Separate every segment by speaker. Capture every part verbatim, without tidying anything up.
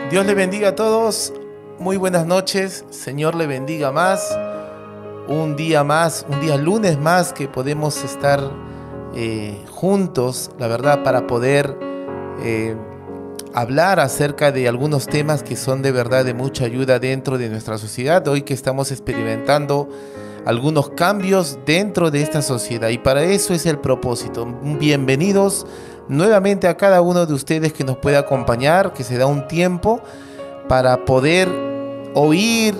Speaker 1: Dios le bendiga a todos, muy buenas noches, Señor le bendiga más, un día más, un día lunes más que podemos estar eh, juntos, la verdad, para poder eh, hablar acerca de algunos temas que son de verdad de mucha ayuda dentro de nuestra sociedad, hoy que estamos experimentando algunos cambios dentro de esta sociedad y para eso es el propósito. Bienvenidos nuevamente a cada uno de ustedes que nos puede acompañar, que se da un tiempo para poder oír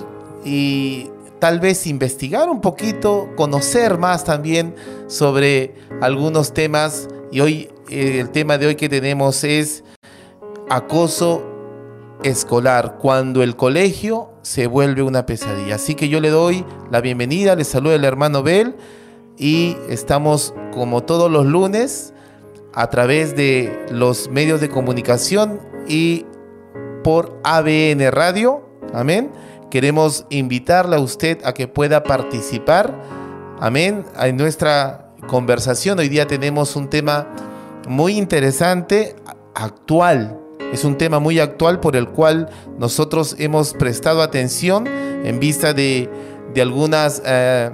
Speaker 1: y tal vez investigar un poquito, conocer más también sobre algunos temas. Y hoy eh, el tema de hoy que tenemos es acoso escolar, cuando el colegio se vuelve una pesadilla. Así que yo le doy la bienvenida, le saluda el hermano Bel y estamos como todos los lunes a través de los medios de comunicación y por A B N Radio, amén. Queremos invitarle a usted a que pueda participar, amén, en nuestra conversación. Hoy día tenemos un tema muy interesante, actual. Es un tema muy actual por el cual nosotros hemos prestado atención en vista de, de algunas eh,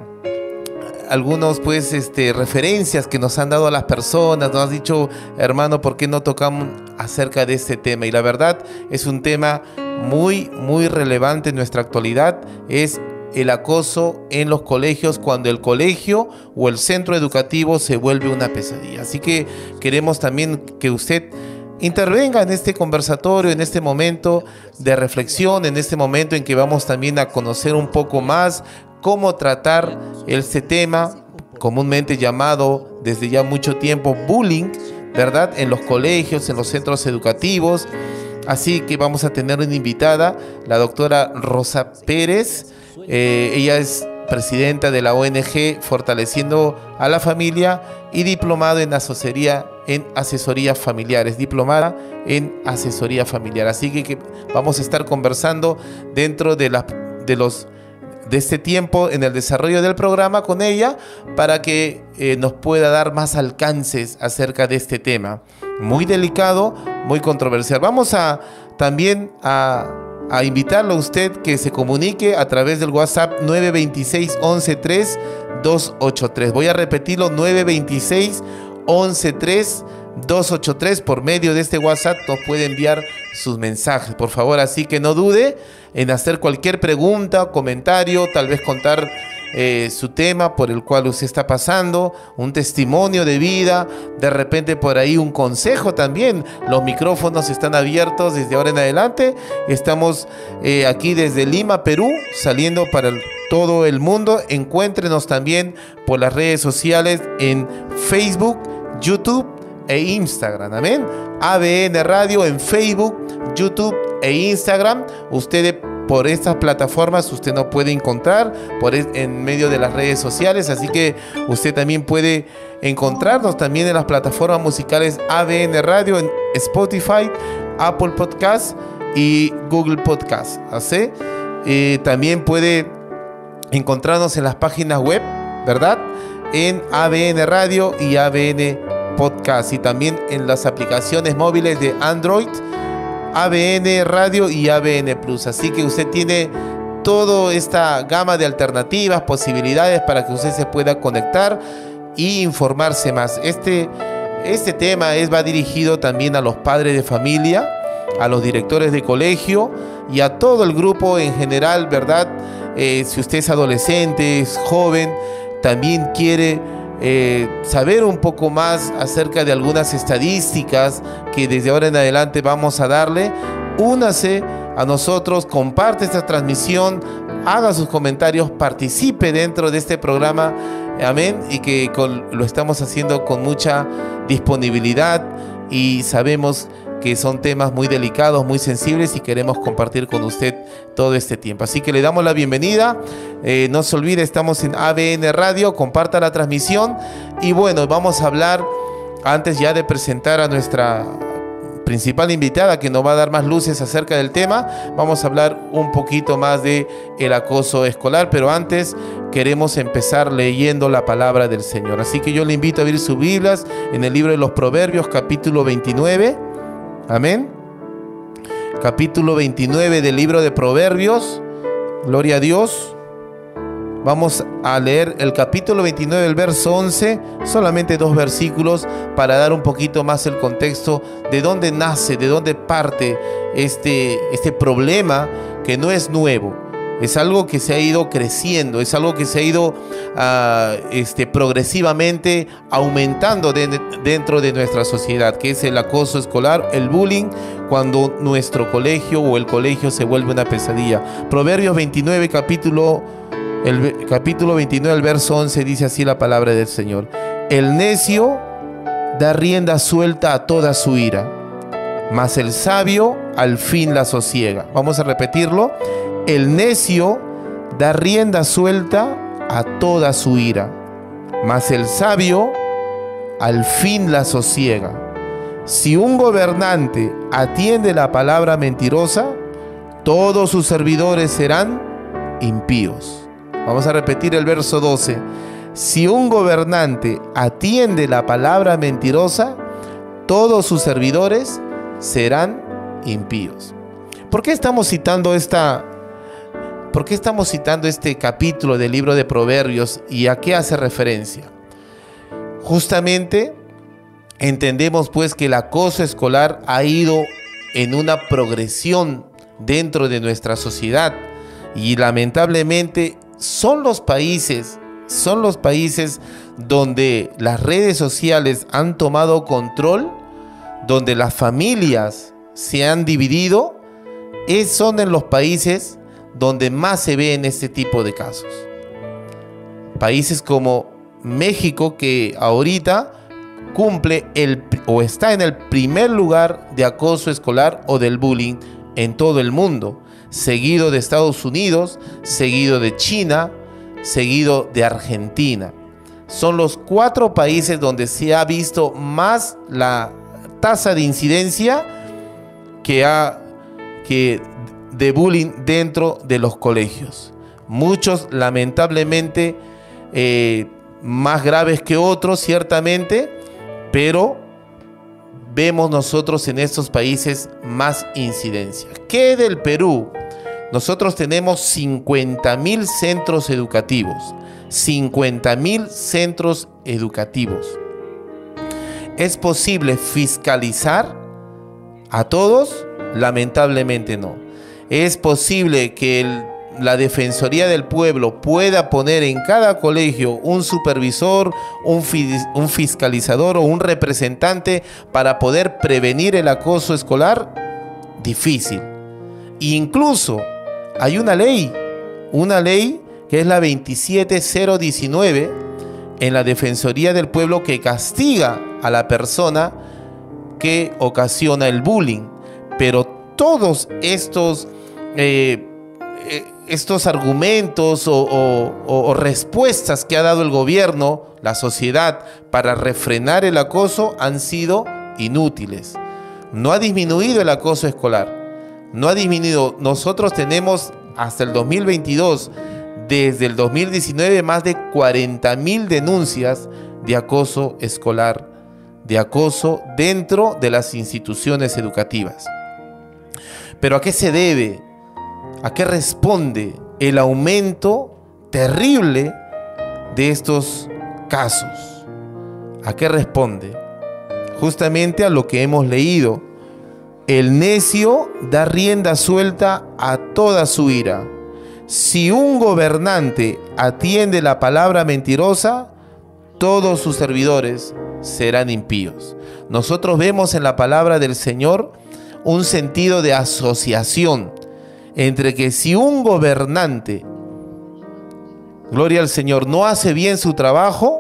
Speaker 1: algunos pues este, referencias que nos han dado a las personas. Nos has dicho, hermano, ¿por qué no tocamos acerca de este tema? Y la verdad es un tema muy, muy relevante en nuestra actualidad. Es el acoso en los colegios, cuando el colegio o el centro educativo se vuelve una pesadilla. Así que queremos también que usted intervenga en este conversatorio, en este momento de reflexión, en este momento en que vamos también a conocer un poco más cómo tratar este tema comúnmente llamado desde ya mucho tiempo bullying, ¿verdad? En los colegios, en los centros educativos. Así que vamos a tener una invitada, la doctora Rosa Pérez. Eh, ella es presidenta de la O N G Fortaleciendo a la Familia y diplomada en asesoría en asesoría familiar, es diplomada en asesoría familiar. Así que, que vamos a estar conversando dentro de, la, de, los, de este tiempo en el desarrollo del programa con ella para que eh, nos pueda dar más alcances acerca de este tema. Muy delicado, muy controversial. Vamos a también a... a invitarlo a usted que se comunique a través del WhatsApp nueve dos seis, once tres, dos ocho tres. Voy a repetirlo, nueve dos seis, once tres, dos ocho tres. Por medio de este WhatsApp nos puede enviar sus mensajes, por favor. Así que no dude en hacer cualquier pregunta, comentario, tal vez contar Eh, su tema por el cual usted está pasando, un testimonio de vida, de repente por ahí un consejo también. Los micrófonos están abiertos desde ahora en adelante. Estamos eh, aquí desde Lima, Perú, saliendo para el, todo el mundo. Encuéntrenos también por las redes sociales en Facebook, YouTube e Instagram, amén. A B N Radio en Facebook, YouTube e Instagram. Ustedes por estas plataformas usted nos puede encontrar por es, en medio de las redes sociales, así que usted también puede encontrarnos también en las plataformas musicales A B N Radio, en Spotify, Apple Podcast y Google Podcast. ¿Sí? Eh, también puede encontrarnos en las páginas web, ¿verdad? En A B N Radio y A B N Podcast, y también en las aplicaciones móviles de Android, A B N Radio y A B N Plus. Así que usted tiene toda esta gama de alternativas, posibilidades para que usted se pueda conectar e informarse más. Este, este tema es, va dirigido también a los padres de familia, a los directores de colegio y a todo el grupo en general, ¿verdad? Eh, si usted es adolescente, es joven, también quiere Eh, saber un poco más acerca de algunas estadísticas que desde ahora en adelante vamos a darle, únase a nosotros, comparte esta transmisión, haga sus comentarios, participe dentro de este programa, amén, y que con, lo estamos haciendo con mucha disponibilidad y sabemos que son temas muy delicados, muy sensibles y queremos compartir con usted todo este tiempo. Así que le damos la bienvenida. Eh, no se olvide, estamos en A B N Radio, comparta la transmisión. Y bueno, vamos a hablar, antes ya de presentar a nuestra principal invitada que nos va a dar más luces acerca del tema, vamos a hablar un poquito más de el acoso escolar, pero antes queremos empezar leyendo la palabra del Señor. Así que yo le invito a abrir sus Biblias en el libro de los Proverbios, capítulo veintinueve. Amén. capítulo veintinueve del libro de Proverbios. Gloria a Dios. Vamos a leer el capítulo veintinueve, el verso once, solamente dos versículos para dar un poquito más el contexto de dónde nace, de dónde parte este, este problema que no es nuevo. Es algo que se ha ido creciendo, es algo que se ha ido uh, este, progresivamente aumentando de, dentro de nuestra sociedad, que es el acoso escolar, el bullying, cuando nuestro colegio o el colegio se vuelve una pesadilla. Proverbios veintinueve, capítulo, el, capítulo veintinueve, el verso once, dice así la palabra del Señor. El necio da rienda suelta a toda su ira, mas el sabio al fin la sosiega. Vamos a repetirlo. El necio da rienda suelta a toda su ira, mas el sabio al fin la sosiega. Si un gobernante atiende la palabra mentirosa, todos sus servidores serán impíos. Vamos a repetir el verso doce. Si un gobernante atiende la palabra mentirosa, todos sus servidores serán impíos. ¿Por qué estamos citando esta ¿Por qué estamos citando este capítulo del libro de Proverbios y a qué hace referencia? Justamente entendemos pues que el acoso escolar ha ido en una progresión dentro de nuestra sociedad y lamentablemente son los países, son los países donde las redes sociales han tomado control, donde las familias se han dividido, es, son en los países donde más se ve en este tipo de casos. Países como México, que ahorita cumple el, o está en el primer lugar de acoso escolar o del bullying en todo el mundo, seguido de Estados Unidos, seguido de China, seguido de Argentina. Son los cuatro países donde se ha visto más la tasa de incidencia que ha que de bullying dentro de los colegios. Muchos lamentablemente eh, más graves que otros, ciertamente, pero vemos nosotros en estos países más incidencia. ¿Qué del Perú? Nosotros tenemos cincuenta mil centros educativos. cincuenta mil centros educativos. ¿Es posible fiscalizar a todos? Lamentablemente no. ¿Es posible que el, la Defensoría del Pueblo pueda poner en cada colegio un supervisor, un, fi, un fiscalizador o un representante para poder prevenir el acoso escolar? Difícil. Incluso hay una ley, una ley que es la veintisiete cero diecinueve en la Defensoría del Pueblo, que castiga a la persona que ocasiona el bullying. Pero todos estos Eh, eh, estos argumentos o, o, o respuestas que ha dado el gobierno, la sociedad, para refrenar el acoso han sido inútiles. No ha disminuido el acoso escolar, no ha disminuido. Nosotros tenemos hasta el dos mil veintidós, desde el dos mil diecinueve, más de cuarenta mil denuncias de acoso escolar, de acoso dentro de las instituciones educativas. ¿Pero a qué se debe? ¿A qué responde el aumento terrible de estos casos? ¿A qué responde? Justamente a lo que hemos leído. El necio da rienda suelta a toda su ira. Si un gobernante atiende la palabra mentirosa, todos sus servidores serán impíos. Nosotros vemos en la palabra del Señor un sentido de asociación entre que si un gobernante, gloria al Señor, no hace bien su trabajo,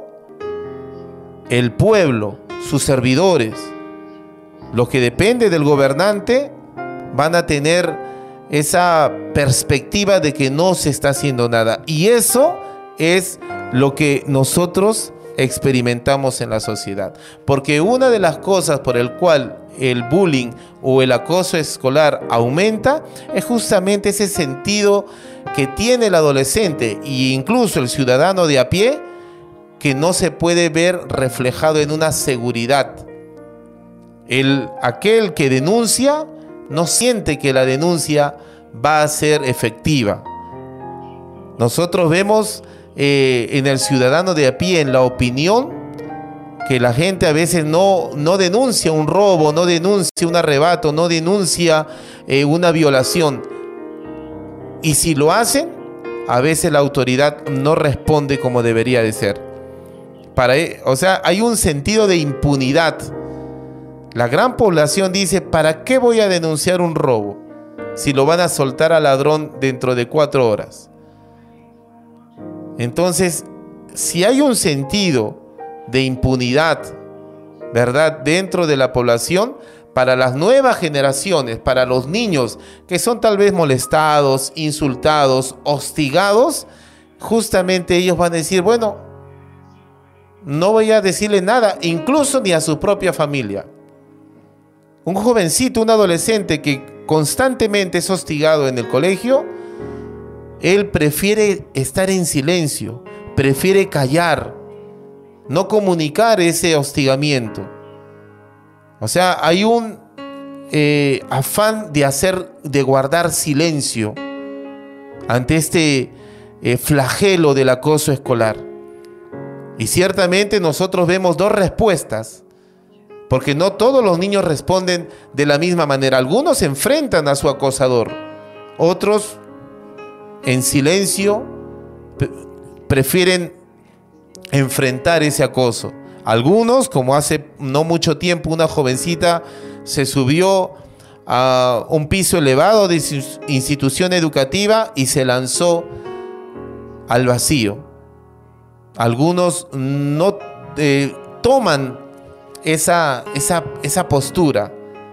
Speaker 1: el pueblo, sus servidores, los que dependen del gobernante, van a tener esa perspectiva de que no se está haciendo nada. Y eso es lo que nosotros experimentamos en la sociedad. Porque una de las cosas por el cual el bullying o el acoso escolar aumenta es justamente ese sentido que tiene el adolescente e incluso el ciudadano de a pie, que no se puede ver reflejado en una seguridad. El, aquel que denuncia no siente que la denuncia va a ser efectiva. Nosotros vemos eh, en el ciudadano de a pie, en la opinión, que la gente a veces no, no denuncia un robo, no denuncia un arrebato, no denuncia eh, una violación. Y si lo hacen, a veces la autoridad no responde como debería de ser. Para, o sea, hay un sentido de impunidad. La gran población dice, ¿para qué voy a denunciar un robo si lo van a soltar al ladrón dentro de cuatro horas? Entonces, si hay un sentido de impunidad, ¿verdad?, dentro de la población, para las nuevas generaciones, para los niños que son tal vez molestados, insultados, hostigados, justamente ellos van a decir, bueno, no voy a decirle nada, incluso ni a su propia familia. Un jovencito, un adolescente que constantemente es hostigado en el colegio, él prefiere estar en silencio, prefiere callar, no comunicar ese hostigamiento. O sea, hay un eh, afán de hacer, de guardar silencio ante este eh, flagelo del acoso escolar. Y ciertamente nosotros vemos dos respuestas, porque no todos los niños responden de la misma manera. Algunos se enfrentan a su acosador, otros en silencio prefieren enfrentar ese acoso. Algunos, como hace no mucho tiempo una jovencita se subió a un piso elevado de institución educativa y se lanzó al vacío. Algunos no eh, toman esa, esa, esa postura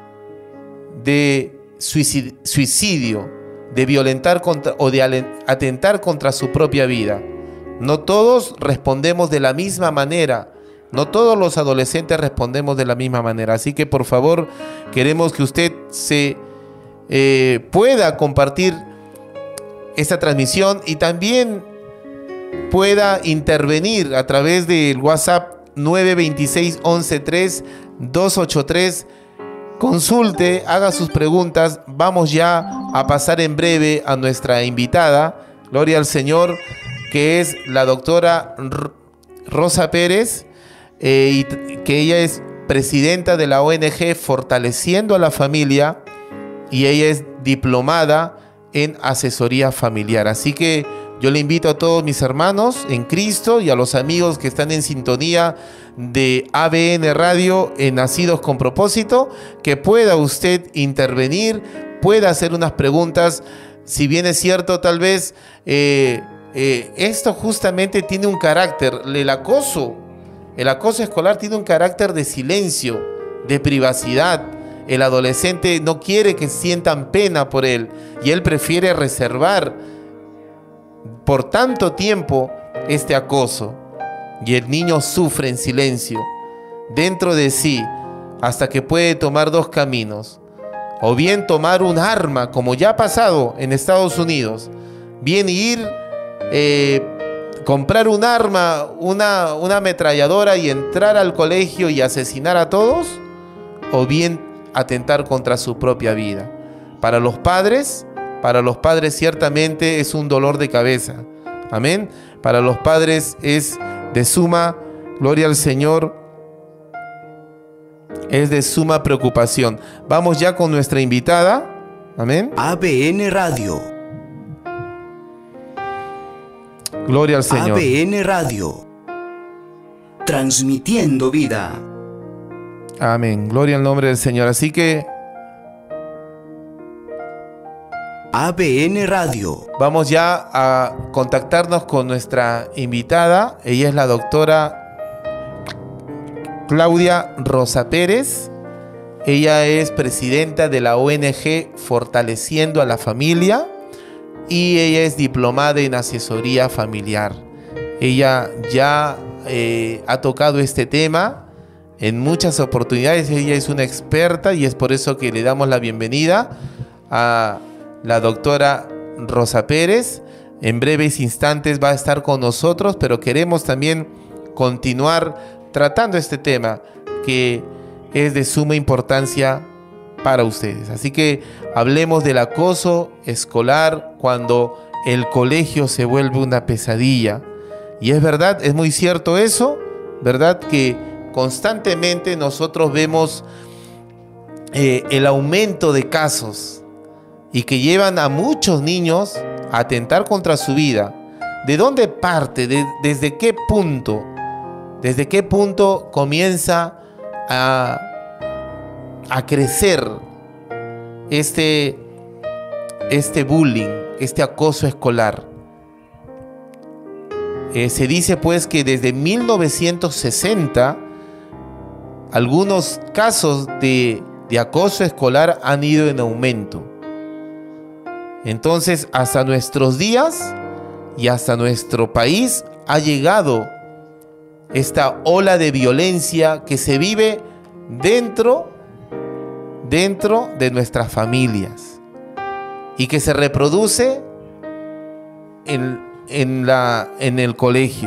Speaker 1: de suicidio, suicidio, de violentar contra, o de atentar contra su propia vida. No todos respondemos de la misma manera. No todos los adolescentes respondemos de la misma manera. Así que por favor, queremos que usted se eh, pueda compartir esta transmisión y también pueda intervenir a través del WhatsApp nueve dos seis, once tres, dos ocho tres. Consulte, haga sus preguntas. Vamos ya a pasar en breve a nuestra invitada, gloria al Señor, que es la doctora Rosa Pérez, eh, y que ella es presidenta de la O N G Fortaleciendo a la Familia, y ella es diplomada en asesoría familiar. Así que yo le invito a todos mis hermanos en Cristo y a los amigos que están en sintonía de A B N Radio en Nacidos con Propósito, que pueda usted intervenir, pueda hacer unas preguntas. Si bien es cierto, tal vez eh, eh, esto justamente tiene un carácter, el acoso, el acoso escolar tiene un carácter de silencio, de privacidad. El adolescente no quiere que sientan pena por él y él prefiere reservar por tanto tiempo este acoso, y el niño sufre en silencio dentro de sí hasta que puede tomar dos caminos: o bien tomar un arma, como ya ha pasado en Estados Unidos, bien ir eh, comprar un arma, una, una ametralladora y entrar al colegio y asesinar a todos, o bien atentar contra su propia vida. Para los padres, para los padres ciertamente es un dolor de cabeza. Amén. Para los padres es de suma, gloria al Señor, es de suma preocupación. Vamos ya con nuestra invitada. Amén.
Speaker 2: A B N Radio.
Speaker 1: Gloria al Señor.
Speaker 2: A B N Radio. Transmitiendo vida.
Speaker 1: Amén. Gloria al nombre del Señor. Así que
Speaker 2: A B N Radio.
Speaker 1: Vamos ya a contactarnos con nuestra invitada. Ella es la doctora Claudia Rosa Pérez. Ella es presidenta de la O N G Fortaleciendo a la Familia y ella es diplomada en asesoría familiar. Ella ya eh, ha tocado este tema en muchas oportunidades. Ella es una experta y es por eso que le damos la bienvenida a la doctora Rosa Pérez. En breves instantes va a estar con nosotros, pero queremos también continuar tratando este tema que es de suma importancia para ustedes. Así que hablemos del acoso escolar cuando el colegio se vuelve una pesadilla. Y es verdad, es muy cierto eso, ¿verdad? Que constantemente nosotros vemos eh, el aumento de casos y que llevan a muchos niños a atentar contra su vida. ¿De dónde parte? ¿De, ¿Desde qué punto? ¿Desde qué punto comienza a, a crecer este, este bullying, este acoso escolar? Eh, se dice pues que desde mil novecientos sesenta algunos casos de, de acoso escolar han ido en aumento. Entonces, hasta nuestros días y hasta nuestro país ha llegado esta ola de violencia que se vive dentro, dentro de nuestras familias y que se reproduce en, en, la, en el colegio.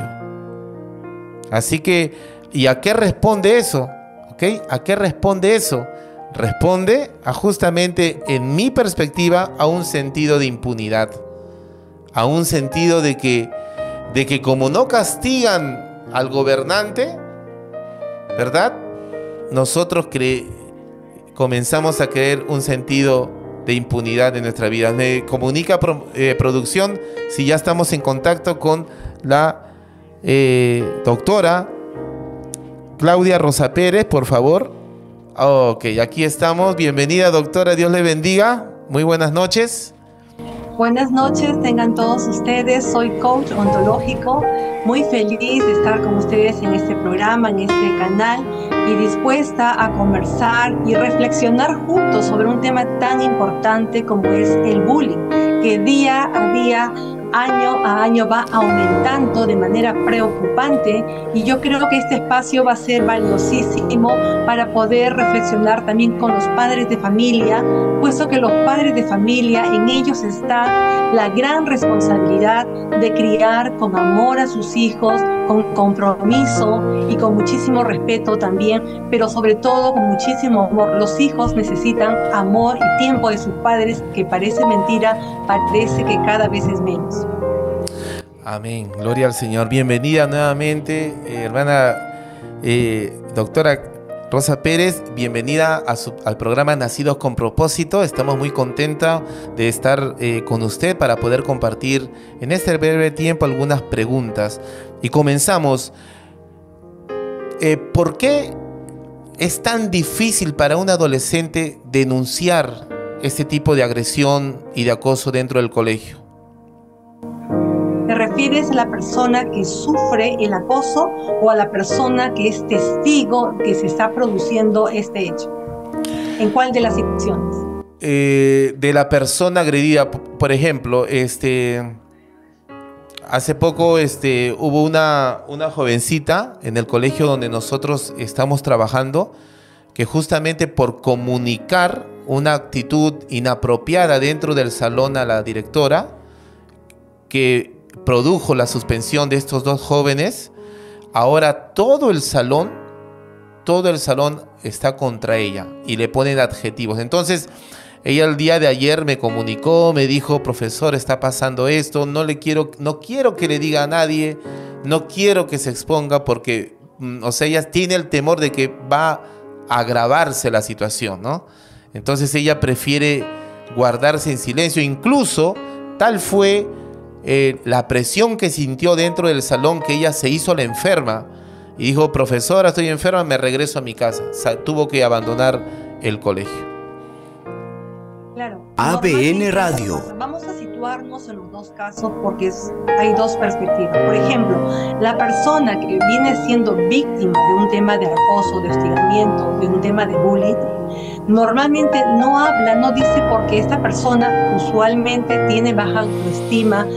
Speaker 1: Así que, ¿y a qué responde eso? ¿Okay? ¿A qué responde eso? Responde a justamente, en mi perspectiva, a un sentido de impunidad, a un sentido de que, de que como no castigan al gobernante, ¿verdad? Nosotros cre- comenzamos a creer un sentido de impunidad en nuestra vida. Me comunica pro- eh, producción si ya estamos en contacto con la eh, doctora Claudia Rosa Pérez, por favor. Ok, aquí estamos. Bienvenida, doctora. Dios le bendiga. Muy buenas noches.
Speaker 3: Buenas noches, tengan todos ustedes. Soy coach ontológico, muy feliz de estar con ustedes en este programa, en este canal, y dispuesta a conversar y reflexionar juntos sobre un tema tan importante como es el bullying, que día a día, año a año va aumentando de manera preocupante, y yo creo que este espacio va a ser valiosísimo para poder reflexionar también con los padres de familia, puesto que los padres de familia, en ellos está la gran responsabilidad de criar con amor a sus hijos, con compromiso y con muchísimo respeto también, pero sobre todo con muchísimo amor. Los hijos necesitan amor y tiempo de sus padres, que parece mentira, parece que cada vez es menos.
Speaker 1: Amén, gloria al Señor. Bienvenida nuevamente, eh, hermana eh, doctora Rosa Pérez, bienvenida a su, al programa Nacidos con Propósito. Estamos muy contentos de estar eh, con usted para poder compartir en este breve tiempo algunas preguntas. Y comenzamos. Eh, ¿Por qué es tan difícil para un adolescente denunciar este tipo de agresión y de acoso dentro del colegio?
Speaker 3: ¿Te refieres a la persona que sufre el acoso o a la persona que es testigo que se está produciendo este hecho? ¿En cuál de las situaciones?
Speaker 1: Eh, de la persona agredida. Por ejemplo, este, hace poco este, hubo una, una jovencita en el colegio donde nosotros estamos trabajando, que justamente por comunicar una actitud inapropiada dentro del salón a la directora, que produjo la suspensión de estos dos jóvenes, ahora todo el salón, todo el salón está contra ella y le ponen adjetivos. Entonces, ella el día de ayer me comunicó, me dijo: profesor, está pasando esto, no le quiero, no quiero que le diga a nadie, no quiero que se exponga porque, o sea, ella tiene el temor de que va a agravarse la situación, ¿no? Entonces ella prefiere guardarse en silencio. Incluso tal fue Eh, la presión que sintió dentro del salón, que ella se hizo la enferma y dijo: profesora, estoy enferma, me regreso a mi casa. O sea, tuvo que abandonar el colegio.
Speaker 3: Claro.
Speaker 2: A B N Radio.
Speaker 3: Vamos a situarnos en los dos casos porque es, hay dos perspectivas. Por ejemplo, la persona que viene siendo víctima de un tema de acoso, de hostigamiento, de un tema de bullying, normalmente no habla, no dice, porque esta persona usualmente tiene baja autoestima,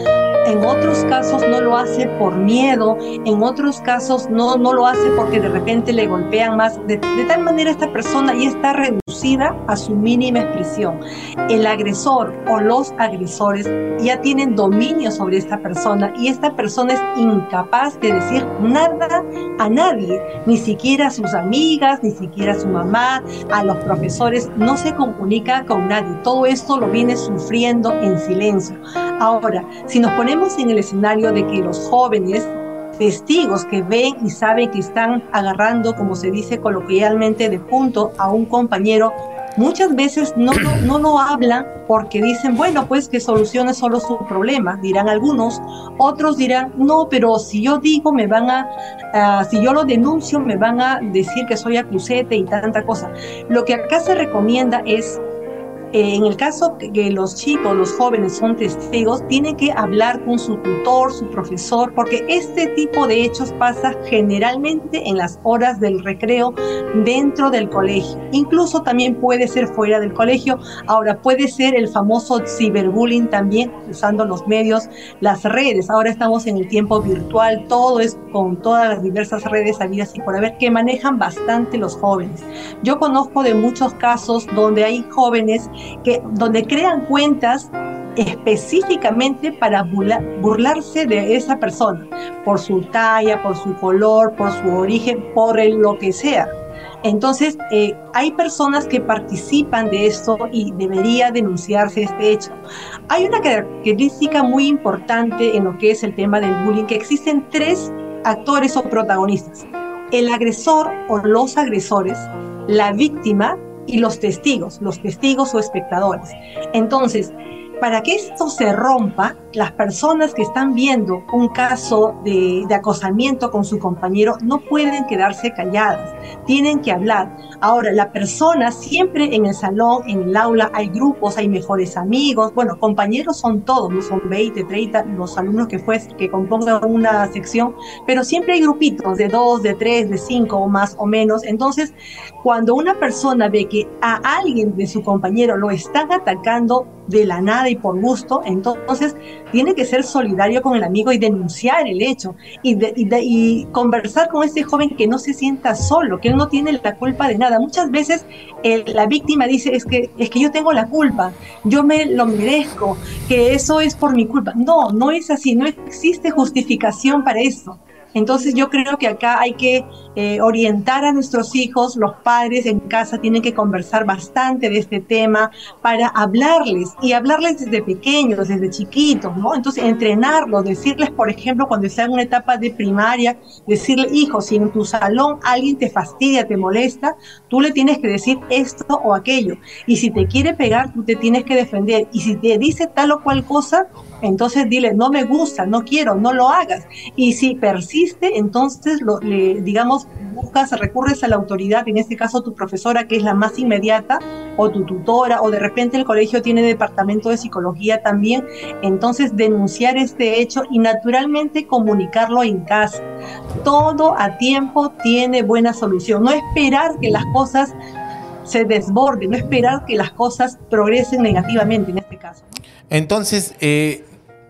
Speaker 3: En otros casos no lo hace por miedo, en otros casos no, no lo hace porque de repente le golpean más. De, de tal manera esta persona ya está reducida a su mínima expresión. El agresor o los agresores ya tienen dominio sobre esta persona y esta persona es incapaz de decir nada a nadie, ni siquiera a sus amigas, ni siquiera a su mamá, a los profesores, no se comunica con nadie. Todo esto lo viene sufriendo en silencio. Ahora, si nos ponemos en el escenario de que los jóvenes testigos que ven y saben que están agarrando, como se dice coloquialmente, de punto a un compañero, muchas veces no, no, no lo hablan porque dicen, bueno, pues que solucione solo su problema, dirán algunos. Otros dirán, no, pero si yo digo, me van a, uh, si yo lo denuncio, me van a decir que soy acusete y tanta cosa. Lo que acá se recomienda es, Eh, en el caso que, que los chicos, los jóvenes son testigos, tienen que hablar con su tutor, su profesor, porque este tipo de hechos pasa generalmente en las horas del recreo dentro del colegio. Incluso también puede ser fuera del colegio. Ahora puede ser el famoso ciberbullying también, usando los medios, las redes. Ahora estamos en el tiempo virtual, todo es con todas las diversas redes habidas y por haber, que manejan bastante los jóvenes. Yo conozco de muchos casos donde hay jóvenes que donde crean cuentas específicamente para burla, burlarse de esa persona, por su talla, por su color, por su origen, por el, lo que sea. Entonces, eh, hay personas que participan de esto y debería denunciarse este hecho. Hay una característica muy importante en lo que es el tema del bullying, que existen tres actores o protagonistas: el agresor o los agresores, la víctima y los testigos, los testigos o espectadores. Entonces, para que esto se rompa, las personas que están viendo un caso de, de acosamiento con su compañero no pueden quedarse calladas, tienen que hablar. Ahora, la persona siempre en el salón, en el aula, hay grupos, hay mejores amigos, bueno, compañeros son todos, no son veinte, treinta, los alumnos que, fue, que compongan una sección, pero siempre hay grupitos de dos, de tres, de cinco o más o menos. Entonces, cuando una persona ve que a alguien de su compañero lo están atacando de la nada y por gusto, entonces tiene que ser solidario con el amigo y denunciar el hecho y, de, y, de, y conversar con ese joven, que no se sienta solo, que él no tiene la culpa de nada. Muchas veces el, la víctima dice, es que, es que yo tengo la culpa, yo me lo merezco, que eso es por mi culpa. No, no es así, no existe justificación para eso. Entonces yo creo que acá hay que eh, orientar a nuestros hijos. Los padres en casa tienen que conversar bastante de este tema para hablarles, y hablarles desde pequeños, desde chiquitos, ¿no? Entonces entrenarlos, decirles, por ejemplo, cuando están en una etapa de primaria, decirle, hijo, si en tu salón alguien te fastidia, te molesta, tú le tienes que decir esto o aquello, y si te quiere pegar, tú te tienes que defender, y si te dice tal o cual cosa, entonces dile, no me gusta, no quiero, no lo hagas. Y si persiste, entonces, lo, le, digamos, buscas, recurres a la autoridad, en este caso tu profesora, que es la más inmediata, o tu tutora, o de repente el colegio tiene departamento de psicología también. Entonces, denunciar este hecho y naturalmente comunicarlo en casa. Todo a tiempo tiene buena solución. No esperar que las cosas se desborden, no esperar que las cosas progresen negativamente en este caso, ¿no?
Speaker 1: Entonces, eh,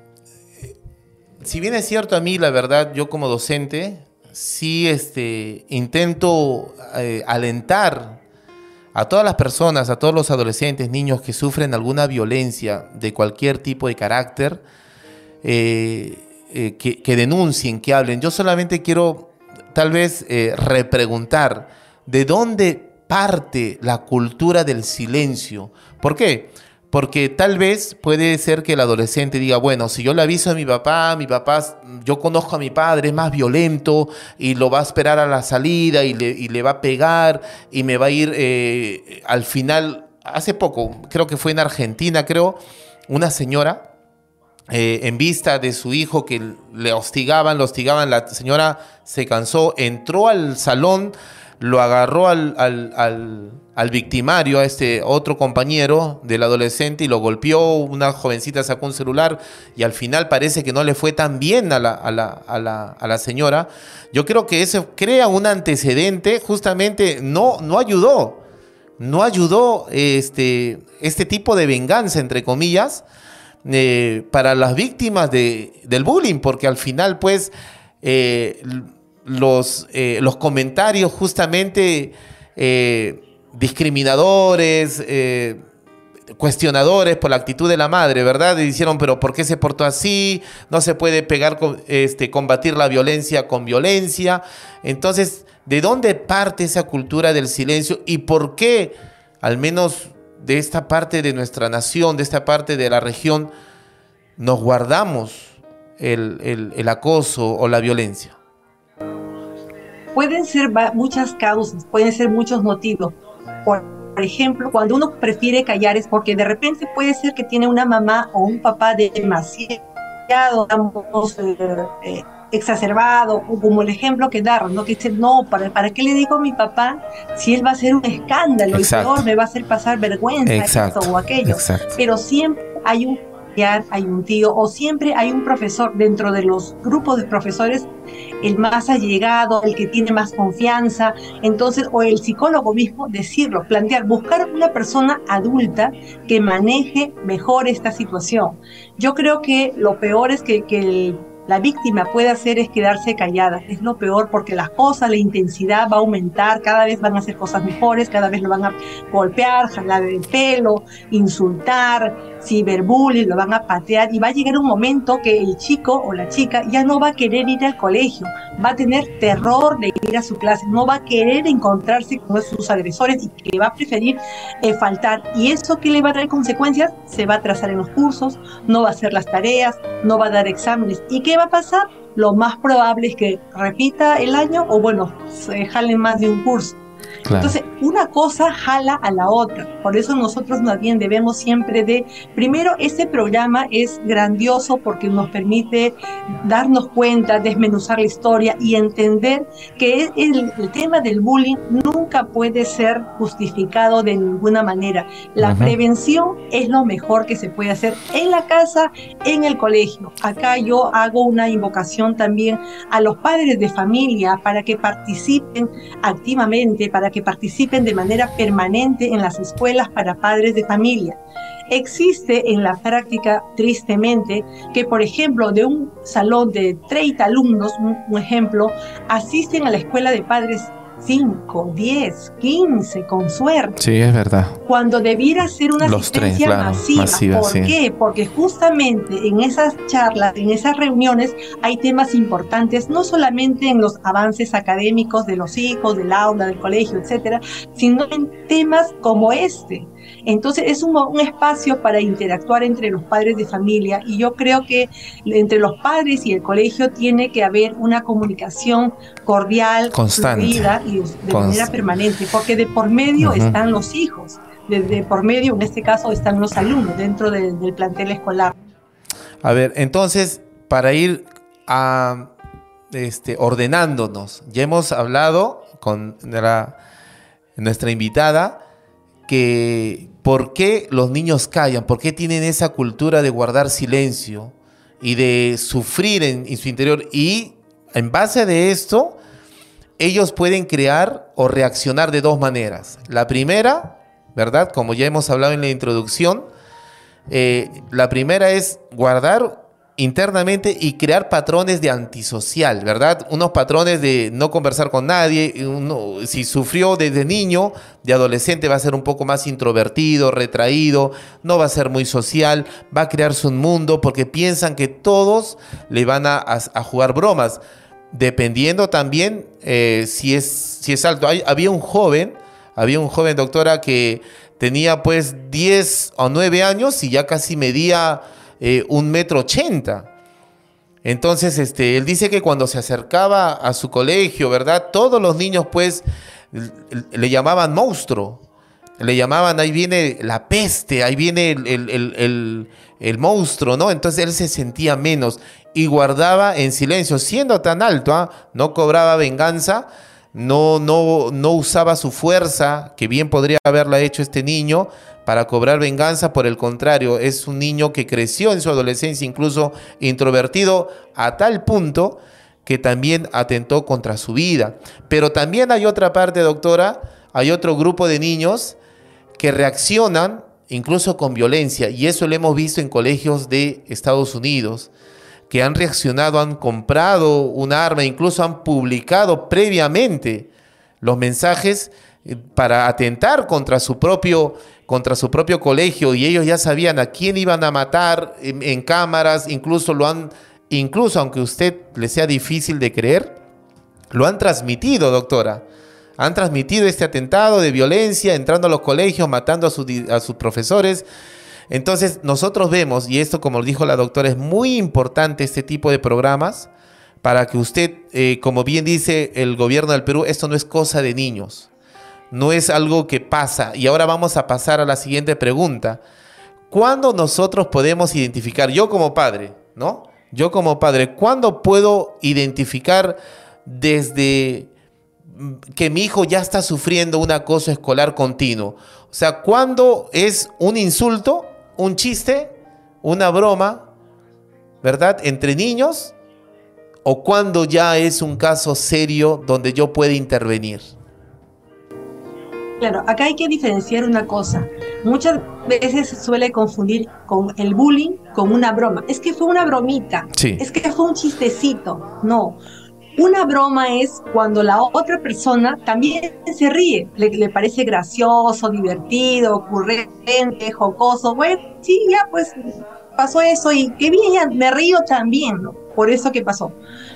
Speaker 1: si bien es cierto, a mí la verdad, yo como docente, sí este, intento eh, alentar a todas las personas, a todos los adolescentes, niños que sufren alguna violencia de cualquier tipo de carácter, eh, eh, que, que denuncien, que hablen. Yo solamente quiero tal vez eh, repreguntar, ¿de dónde parte la cultura del silencio? ¿Por qué? Porque tal vez puede ser que el adolescente diga, bueno, si yo le aviso a mi papá, mi papá, yo conozco a mi padre, es más violento y lo va a esperar a la salida y le, y le va a pegar y me va a ir eh, al final. Hace poco, creo que fue en Argentina, creo, una señora, eh, en vista de su hijo que le hostigaban, lo hostigaban, la señora se cansó, entró al salón, lo agarró al, al, al, al victimario, a este otro compañero del adolescente, y lo golpeó. Una jovencita sacó un celular y al final parece que no le fue tan bien a la, a la, a la, a la señora. Yo creo que eso crea un antecedente, justamente no, no ayudó, no ayudó este, este tipo de venganza, entre comillas, eh, para las víctimas de, del bullying, porque al final, pues, eh, los, eh, los comentarios justamente eh, discriminadores, eh, cuestionadores por la actitud de la madre, ¿verdad? Y dijeron, pero ¿por qué se portó así? No se puede pegar, con, este, combatir la violencia con violencia. Entonces, ¿de dónde parte esa cultura del silencio? ¿Y por qué, al menos de esta parte de nuestra nación, de esta parte de la región, nos guardamos el, el, el acoso o la violencia?
Speaker 3: Pueden ser muchas causas, pueden ser muchos motivos. Por Por ejemplo, cuando uno prefiere callar es porque de repente puede ser que tiene una mamá o un papá demasiado, digamos, eh, eh, exacerbado, o como el ejemplo que daron, ¿no? Que dice, no, ¿para, ¿para qué le digo a mi papá si él va a hacer un escándalo? Exacto. Y peor, me va a hacer pasar vergüenza,
Speaker 1: exacto,
Speaker 3: esto o aquello.
Speaker 1: Exacto.
Speaker 3: Pero siempre hay un familiar, hay un tío, o siempre hay un profesor dentro de los grupos de profesores, el más allegado, el que tiene más confianza, entonces, o el psicólogo mismo, decirlo, plantear, buscar una persona adulta que maneje mejor esta situación. Yo creo que lo peor es que, que el, la víctima puede hacer es quedarse callada, es lo peor, porque las cosas, la intensidad va a aumentar, cada vez van a hacer cosas mejores, cada vez lo van a golpear, jalar el pelo, insultar, ciberbullying, lo van a patear, y va a llegar un momento que el chico o la chica ya no va a querer ir al colegio, va a tener terror de ir a su clase, no va a querer encontrarse con sus agresores y que va a preferir eh, faltar. ¿Y eso qué le va a traer consecuencias? Se va a atrasar en los cursos, no va a hacer las tareas, no va a dar exámenes. ¿Y qué va a pasar? Lo más probable es que repita el año o, bueno, se jalen más de un curso. Claro. Entonces, una cosa jala a la otra. Por eso nosotros más bien debemos siempre de... Primero, este programa es grandioso porque nos permite darnos cuenta, desmenuzar la historia y entender que el, el tema del bullying nunca puede ser justificado de ninguna manera. La uh-huh. prevención es lo mejor que se puede hacer en la casa, en el colegio. Acá yo hago una invocación también a los padres de familia para que participen activamente, para que participen de manera permanente en las escuelas para padres de familia. Existe en la práctica, tristemente, que por ejemplo de un salón de treinta alumnos, un, un ejemplo, asisten a la escuela de padres cinco, diez, quince, con suerte.
Speaker 1: Sí, es verdad.
Speaker 3: Cuando debiera ser una Los asistencia tres, claro, masiva. masiva. ¿Por sí. qué? Porque justamente en esas charlas, en esas reuniones, hay temas importantes, no solamente en los avances académicos de los hijos, del aula, del colegio, etcétera, sino en temas como este. Entonces es un, un espacio para interactuar entre los padres de familia, y yo creo que entre los padres y el colegio tiene que haber una comunicación cordial,
Speaker 1: constante,
Speaker 3: fluida y de Const- manera permanente, porque de por medio uh-huh. están los hijos, de, de por medio en este caso están los alumnos dentro de, del plantel escolar.
Speaker 1: A ver, entonces para ir a, este, ordenándonos, ya hemos hablado con la, nuestra invitada que por qué los niños callan, por qué tienen esa cultura de guardar silencio y de sufrir en, en su interior, y en base de esto ellos pueden crear o reaccionar de dos maneras. La primera, ¿verdad? Como ya hemos hablado en la introducción, eh, la primera es guardar internamente y crear patrones de antisocial, ¿verdad? Unos patrones de no conversar con nadie. Uno, si sufrió desde niño, de adolescente va a ser un poco más introvertido, retraído, no va a ser muy social, va a crearse un mundo porque piensan que todos le van a, a, a jugar bromas, dependiendo también eh, si, es, si es alto. Hay, había un joven, había un joven, doctora, que tenía pues diez o nueve años y ya casi medía Eh, un metro ochenta. Entonces, este, él dice que cuando se acercaba a su colegio, ¿verdad? Todos los niños, pues, le llamaban monstruo. Le llamaban, ahí viene la peste, ahí viene el, el, el, el, el monstruo, ¿no? Entonces él se sentía menos y guardaba en silencio, siendo tan alto, ¿eh? No cobraba venganza, no, no, no usaba su fuerza, que bien podría haberla hecho este niño, para cobrar venganza. Por el contrario, es un niño que creció en su adolescencia incluso introvertido a tal punto que también atentó contra su vida. Pero también hay otra parte, doctora, hay otro grupo de niños que reaccionan incluso con violencia, y eso lo hemos visto en colegios de Estados Unidos, que han reaccionado, han comprado un arma, incluso han publicado previamente los mensajes para atentar contra su propio, contra su propio colegio, y ellos ya sabían a quién iban a matar en, en cámaras, incluso lo han, incluso aunque a usted le sea difícil de creer, lo han transmitido, doctora. Han transmitido este atentado de violencia, entrando a los colegios, matando a, su, a sus profesores. Entonces nosotros vemos, y esto como dijo la doctora, es muy importante este tipo de programas para que usted, eh, como bien dice el gobierno del Perú, esto no es cosa de niños, no es algo que pasa. Y ahora vamos a pasar a la siguiente pregunta. ¿Cuándo nosotros podemos identificar, yo como padre, ¿no? Yo como padre, ¿cuándo puedo identificar desde que mi hijo ya está sufriendo un acoso escolar continuo? O sea, ¿cuándo es un insulto, un chiste, una broma, ¿verdad?, entre niños, o cuándo ya es un caso serio donde yo pueda intervenir?
Speaker 3: Claro, acá hay que diferenciar una cosa. Muchas veces se suele confundir con el bullying con una broma. Es que fue una bromita,
Speaker 1: sí.
Speaker 3: Es que fue un chistecito. No, una broma es cuando la otra persona también se ríe, le, le parece gracioso, divertido, ocurrente, jocoso. Bueno, sí, ya pues pasó eso y qué bien, ya me río también, ¿no? Por eso que pasó.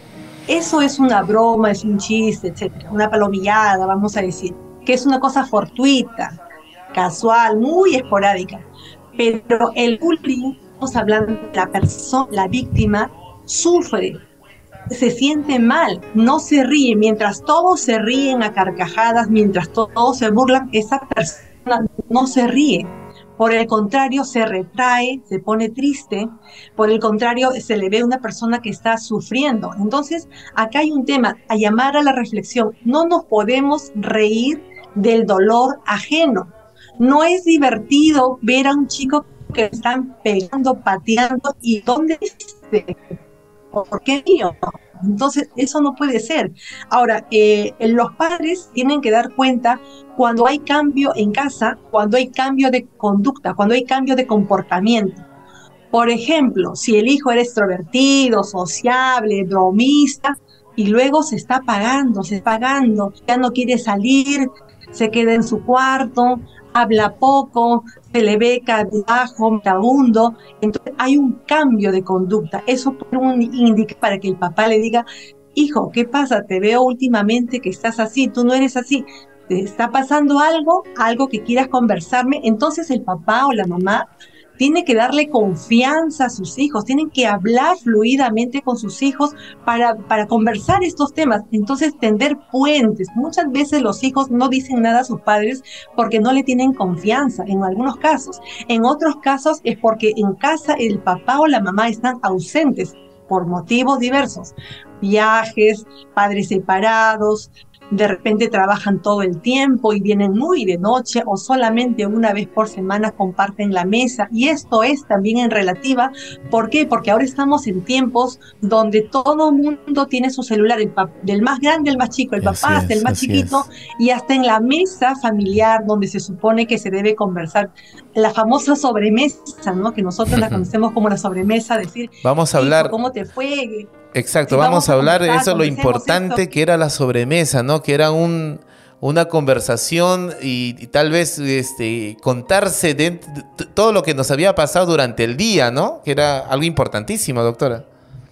Speaker 3: Eso es una broma, es un chiste, etcétera, una palomillada, vamos a decir, que es una cosa fortuita, casual, muy esporádica. Pero el bullying, estamos hablando de la persona, la víctima, sufre, se siente mal, no se ríe. Mientras todos se ríen a carcajadas, mientras todos se burlan, esa persona no se ríe. Por el contrario, se retrae, se pone triste. Por el contrario, se le ve una persona que está sufriendo. Entonces, acá hay un tema, a llamar a la reflexión. No nos podemos reír del dolor ajeno. No es divertido ver a un chico que están pegando, pateando, y ¿dónde dice? ¿Por qué mío? Entonces, eso no puede ser. Ahora, eh, los padres tienen que dar cuenta cuando hay cambio en casa, cuando hay cambio de conducta, cuando hay cambio de comportamiento. Por ejemplo, si el hijo era extrovertido, sociable, bromista, y luego se está apagando, se está apagando, ya no quiere salir, se queda en su cuarto, habla poco, se le ve cabizbajo, vagabundo, entonces hay un cambio de conducta. Eso puede indicar para que el papá le diga: hijo, ¿qué pasa? Te veo últimamente que estás así, tú no eres así. ¿Te está pasando algo? Algo que quieras conversarme. Entonces el papá o la mamá tiene que darle confianza a sus hijos, tienen que hablar fluidamente con sus hijos para, para conversar estos temas. Entonces, tender puentes. Muchas veces los hijos no dicen nada a sus padres porque no le tienen confianza, en algunos casos. En otros casos es porque en casa el papá o la mamá están ausentes por motivos diversos. Viajes, padres separados, de repente trabajan todo el tiempo y vienen muy de noche, o solamente una vez por semana comparten la mesa. Y esto es también en relativa. ¿Por qué? Porque ahora estamos en tiempos donde todo el mundo tiene su celular, el del más grande al más chico, el papá hasta el más chiquito, y hasta en la mesa familiar donde se supone que se debe conversar. La famosa sobremesa, ¿no? Que nosotros la conocemos como la sobremesa, decir,
Speaker 1: vamos a hablar,
Speaker 3: ¿cómo te fue?
Speaker 1: Exacto, sí, vamos, vamos a hablar de eso, lo importante esto. Que era la sobremesa, ¿no? Que era un, una conversación y, y tal vez este, contarse de, de todo lo que nos había pasado durante el día, ¿no? Que era algo importantísimo, doctora.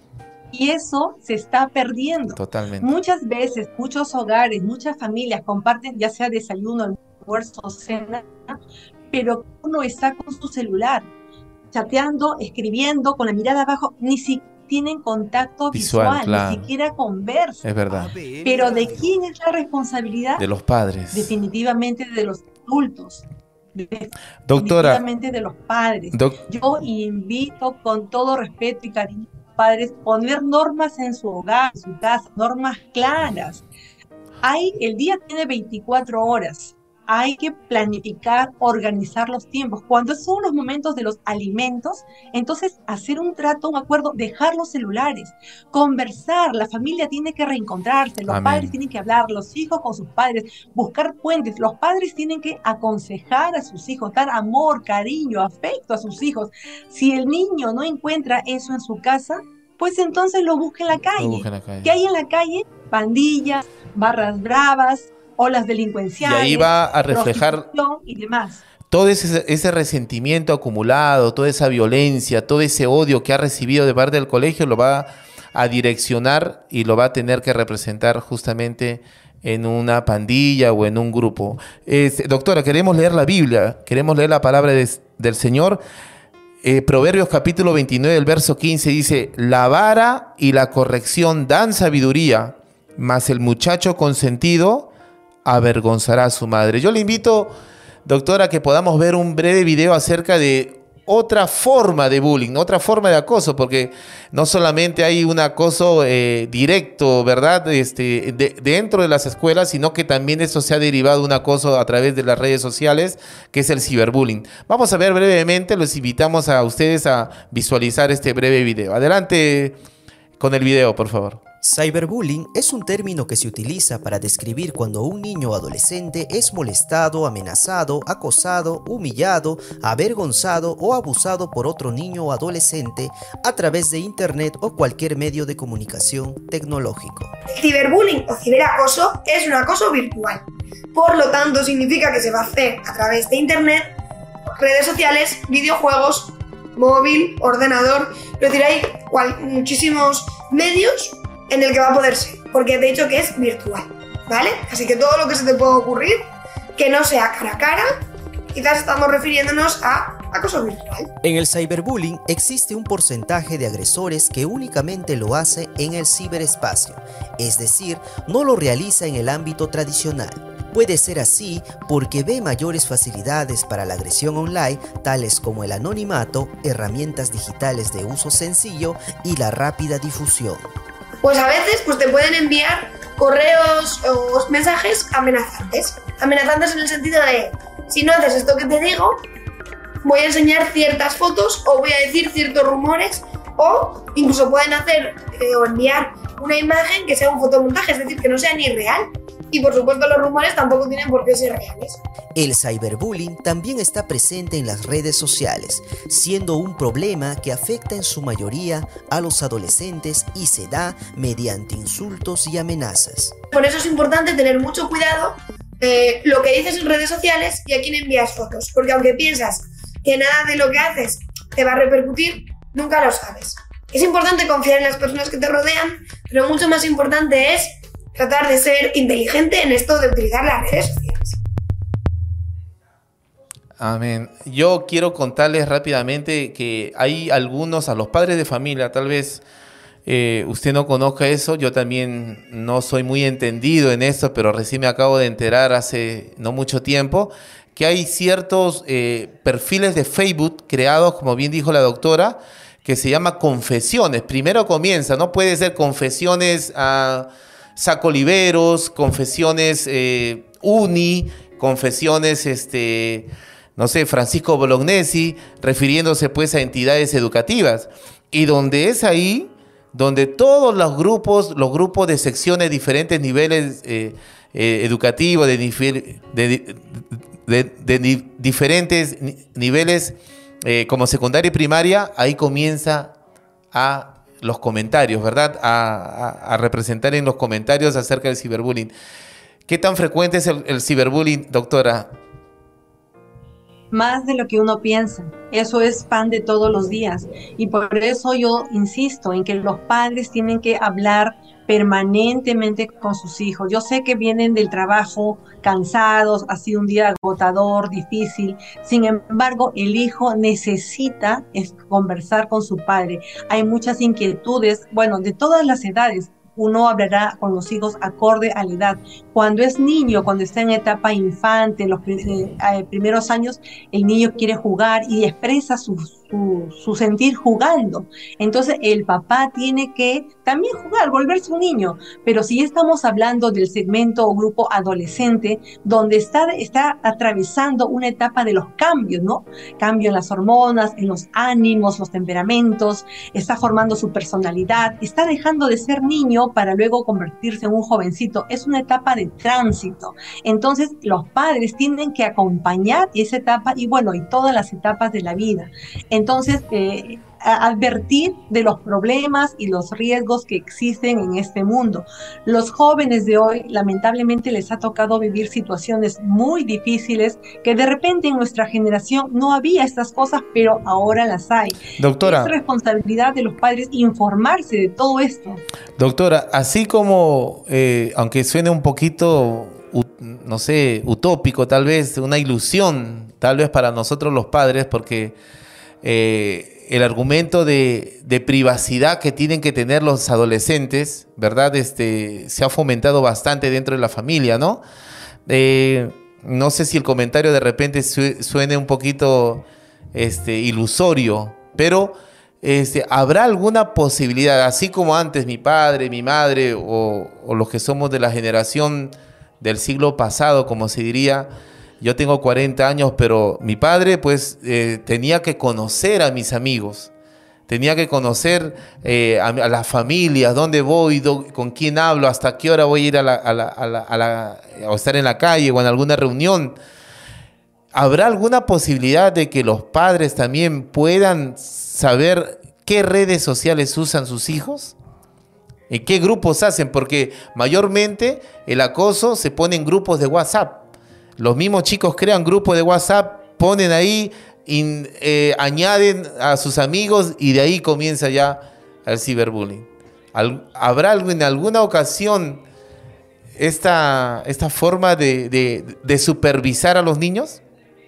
Speaker 3: Y eso se está perdiendo.
Speaker 1: Totalmente.
Speaker 3: Muchas veces, muchos hogares, muchas familias comparten ya sea desayuno, almuerzo, cena, pero uno está con su celular, chateando, escribiendo, con la mirada abajo, ni siquiera tienen contacto visual, visual claro. Ni siquiera conversan.
Speaker 1: Es verdad.
Speaker 3: Pero ¿de quién es la responsabilidad?
Speaker 1: De los padres.
Speaker 3: Definitivamente de los adultos.
Speaker 1: Doctora.
Speaker 3: Definitivamente de los padres.
Speaker 1: Doc
Speaker 3: Yo invito con todo respeto y cariño a los padres a poner normas en su hogar, en su casa, normas claras. Hay, el día tiene veinticuatro horas. hay que planificar, organizar los tiempos. Cuando son los momentos de los alimentos, entonces hacer un trato, un acuerdo, dejar los celulares, conversar, la familia tiene que reencontrarse, los
Speaker 1: Amén.
Speaker 3: padres tienen que hablar, los hijos con sus padres, buscar puentes, los padres tienen que aconsejar a sus hijos, dar amor, cariño, afecto a sus hijos. Si el niño no encuentra eso en su casa, pues entonces lo busca en la calle.
Speaker 1: Lo busca en la calle.
Speaker 3: ¿Qué hay en la calle? Pandillas, barras bravas, olas
Speaker 1: Y
Speaker 3: delincuenciales,
Speaker 1: ahí va a reflejar
Speaker 3: prostitución y demás.
Speaker 1: todo ese, ese resentimiento acumulado, toda esa violencia, todo ese odio que ha recibido de parte del colegio, lo va a direccionar y lo va a tener que representar justamente en una pandilla o en un grupo. Este, doctora, queremos leer la Biblia, queremos leer la palabra de, del Señor. Eh, Proverbios capítulo veintinueve, el verso quince dice: la vara y la corrección dan sabiduría, mas el muchacho consentido avergonzará a su madre. Yo le invito, doctora, que podamos ver un breve video acerca de otra forma de bullying, otra forma de acoso, porque no solamente hay un acoso eh, directo, ¿verdad?, este, de, dentro de las escuelas, sino que también esto se ha derivado de un acoso a través de las redes sociales, que es el ciberbullying. Vamos a ver brevemente, los invitamos a ustedes a visualizar este breve video. Adelante con el video, por favor.
Speaker 4: Cyberbullying es un término que se utiliza para describir cuando un niño o adolescente es molestado, amenazado, acosado, humillado, avergonzado o abusado por otro niño o adolescente a través de internet o cualquier medio de comunicación tecnológico.
Speaker 5: El ciberbullying o ciberacoso es un acoso virtual. Por lo tanto, significa que se va a hacer a través de internet, redes sociales, videojuegos, móvil, ordenador, es decir, hay cual, muchísimos medios en el que va a poder ser, porque te he dicho que es virtual, ¿vale? Así que todo lo que se te pueda ocurrir, que no sea cara a cara, quizás estamos refiriéndonos a acoso virtual.
Speaker 4: En el cyberbullying existe un porcentaje de agresores que únicamente lo hace en el ciberespacio, es decir, no lo realiza en el ámbito tradicional. Puede ser así porque ve mayores facilidades para la agresión online, tales como el anonimato, herramientas digitales de uso sencillo y la rápida difusión.
Speaker 5: Pues a veces pues te pueden enviar correos o mensajes amenazantes. Amenazantes en el sentido de, si no haces esto que te digo, voy a enseñar ciertas fotos o voy a decir ciertos rumores, o incluso pueden hacer eh, o enviar una imagen que sea un fotomontaje, es decir, que no sea ni real. Y por supuesto los rumores tampoco tienen por qué ser reales.
Speaker 4: El cyberbullying también está presente en las redes sociales, siendo un problema que afecta en su mayoría a los adolescentes y se da mediante insultos y amenazas.
Speaker 5: Por eso es importante tener mucho cuidado eh, lo que dices en redes sociales y a quién envías fotos, porque aunque piensas que nada de lo que haces te va a repercutir, nunca lo sabes. Es importante confiar en las personas que te rodean, pero mucho más importante es tratar de ser inteligente en esto de utilizar las redes sociales.
Speaker 1: Amén. Yo quiero contarles rápidamente que hay algunos, a los padres de familia, tal vez eh, usted no conozca eso, yo también no soy muy entendido en esto, pero recién me acabo de enterar hace no mucho tiempo, que hay ciertos eh, perfiles de Facebook creados, como bien dijo la doctora, que se llama confesiones. Primero comienza, no puede ser confesiones a Saco Oliveros, confesiones eh, Uni, confesiones, este, no sé, Francisco Bolognesi, refiriéndose pues a entidades educativas. Y donde es ahí, donde todos los grupos, los grupos de secciones, diferentes niveles eh, eh, educativos, de, de, de, de, de ni, diferentes niveles eh, como secundaria y primaria, ahí comienza a los comentarios, ¿verdad? A, a, a representar en los comentarios acerca del ciberbullying. ¿Qué tan frecuente es el, el ciberbullying, doctora?
Speaker 3: Más de lo que uno piensa. Eso es pan de todos los días. Y por eso yo insisto en que los padres tienen que hablar permanentemente con sus hijos. Yo sé que vienen del trabajo cansados, ha sido un día agotador, difícil. Sin embargo, el hijo necesita conversar con su padre. Hay muchas inquietudes, bueno, de todas las edades. Uno hablará con los hijos acorde a la edad, Cuando es niño, cuando está en etapa infante, en los eh, eh, primeros años, el niño quiere jugar y expresa su, su, su sentir jugando. Entonces el papá tiene que también jugar, volverse un niño. Pero si estamos hablando del segmento o grupo adolescente, donde está, está atravesando una etapa de los cambios, ¿no? Cambio en las hormonas, en los ánimos, los temperamentos, está formando su personalidad, está dejando de ser niño para luego convertirse en un jovencito. Es una etapa de tránsito. Entonces los padres tienen que acompañar esa etapa y bueno, y todas las etapas de la vida. Entonces, eh, advertir de los problemas y los riesgos que existen en este mundo. Los jóvenes de hoy, lamentablemente, les ha tocado vivir situaciones muy difíciles que de repente en nuestra generación no había estas cosas, pero ahora las hay.
Speaker 1: Doctora,
Speaker 3: es responsabilidad de los padres informarse de todo esto.
Speaker 1: Doctora, así como, eh, aunque suene un poquito, no sé, utópico, tal vez, una ilusión, tal vez para nosotros los padres, porque eh, el argumento de, de privacidad que tienen que tener los adolescentes, ¿verdad? Este, se ha fomentado bastante dentro de la familia, ¿no? Eh, no sé si el comentario de repente su, suene un poquito este, ilusorio, pero este, ¿habrá alguna posibilidad, así como antes mi padre, mi madre o, o los que somos de la generación del siglo pasado, como se diría? Yo tengo cuarenta años, pero mi padre pues eh, tenía que conocer a mis amigos, tenía que conocer eh, a, a las familias, dónde voy, do, con quién hablo, hasta qué hora voy a ir a, la, a, la, a, la, a, la, a estar en la calle o en alguna reunión. ¿Habrá alguna posibilidad de que los padres también puedan saber qué redes sociales usan sus hijos? ¿En qué grupos hacen? Porque mayormente el acoso se pone en grupos de WhatsApp. Los mismos chicos crean grupos de WhatsApp, ponen ahí, in, eh, añaden a sus amigos y de ahí comienza ya el ciberbullying. Al, ¿Habrá algo, en alguna ocasión esta, esta forma de, de, de supervisar a los niños?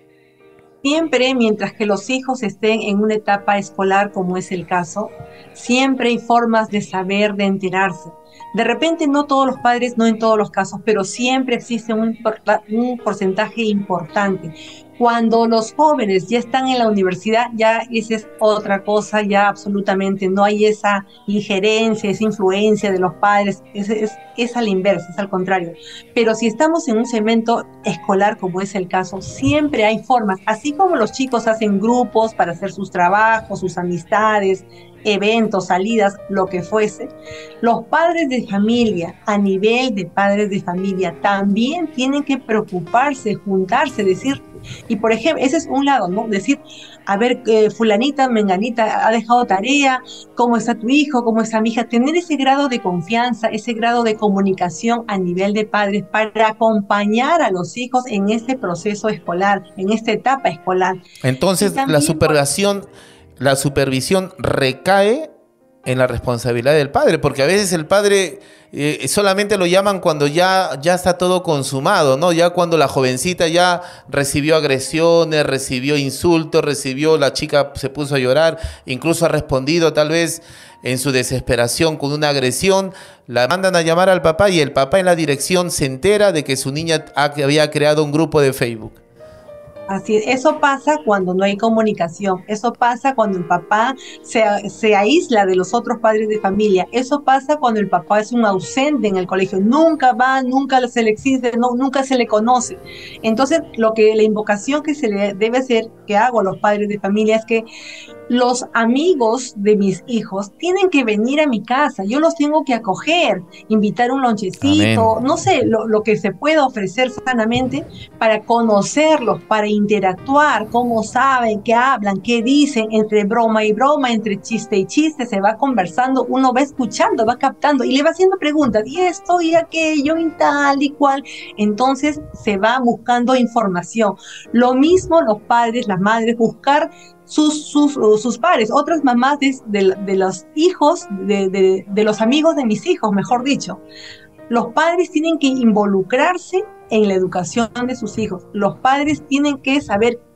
Speaker 3: Siempre, mientras que los hijos estén en una etapa escolar, como es el caso, siempre hay formas de saber, de enterarse. De repente no todos los padres, no en todos los casos, pero siempre existe un, un porcentaje importante. Cuando los jóvenes ya están en la universidad, ya esa es otra cosa, ya absolutamente no hay esa injerencia, esa influencia de los padres, es, es, es a la inversa, es al contrario. Pero si estamos en un segmento escolar, como es el caso, siempre hay formas, así como los chicos hacen grupos para hacer sus trabajos, sus amistades, eventos, salidas, lo que fuese, los padres de familia, a nivel de padres de familia, también tienen que preocuparse, juntarse, decir, y por ejemplo, ese es un lado, ¿no? Decir, a ver, eh, fulanita, menganita, ha dejado tarea, ¿cómo está tu hijo? ¿Cómo está mi hija? Tener ese grado de confianza, ese grado de comunicación a nivel de padres para acompañar a los hijos en este proceso escolar, en esta etapa escolar.
Speaker 1: Entonces, también, la supervisión... la supervisión recae en la responsabilidad del padre, porque a veces el padre eh, solamente lo llaman cuando ya, ya está todo consumado, ¿no? Ya cuando la jovencita ya recibió agresiones, recibió insultos, recibió, la chica se puso a llorar, incluso ha respondido tal vez en su desesperación con una agresión, la mandan a llamar al papá y el papá en la dirección se entera de que su niña había creado un grupo de Facebook.
Speaker 3: Así es, eso pasa cuando no hay comunicación, eso pasa cuando el papá se, se aísla de los otros padres de familia, eso pasa cuando el papá es un ausente en el colegio, nunca va, nunca se le existe, no, nunca se le conoce. Entonces, lo que la invocación que se le debe hacer, que hago a los padres de familia, es que los amigos de mis hijos tienen que venir a mi casa, yo los tengo que acoger, invitar un lonchecito, Amén. no sé, lo, lo que se pueda ofrecer sanamente para conocerlos, para interactuar, cómo saben, qué hablan, qué dicen, entre broma y broma, entre chiste y chiste, se va conversando, uno va escuchando, va captando y le va haciendo preguntas, y esto y aquello y tal y cual, entonces se va buscando información. Lo mismo los padres, las madres, buscar Sus, sus, sus pares, otras mamás de, de, de los hijos, de, de, de los amigos de mis hijos, mejor dicho. Los padres tienen que involucrarse en la educación de sus hijos. Los padres tienen que saber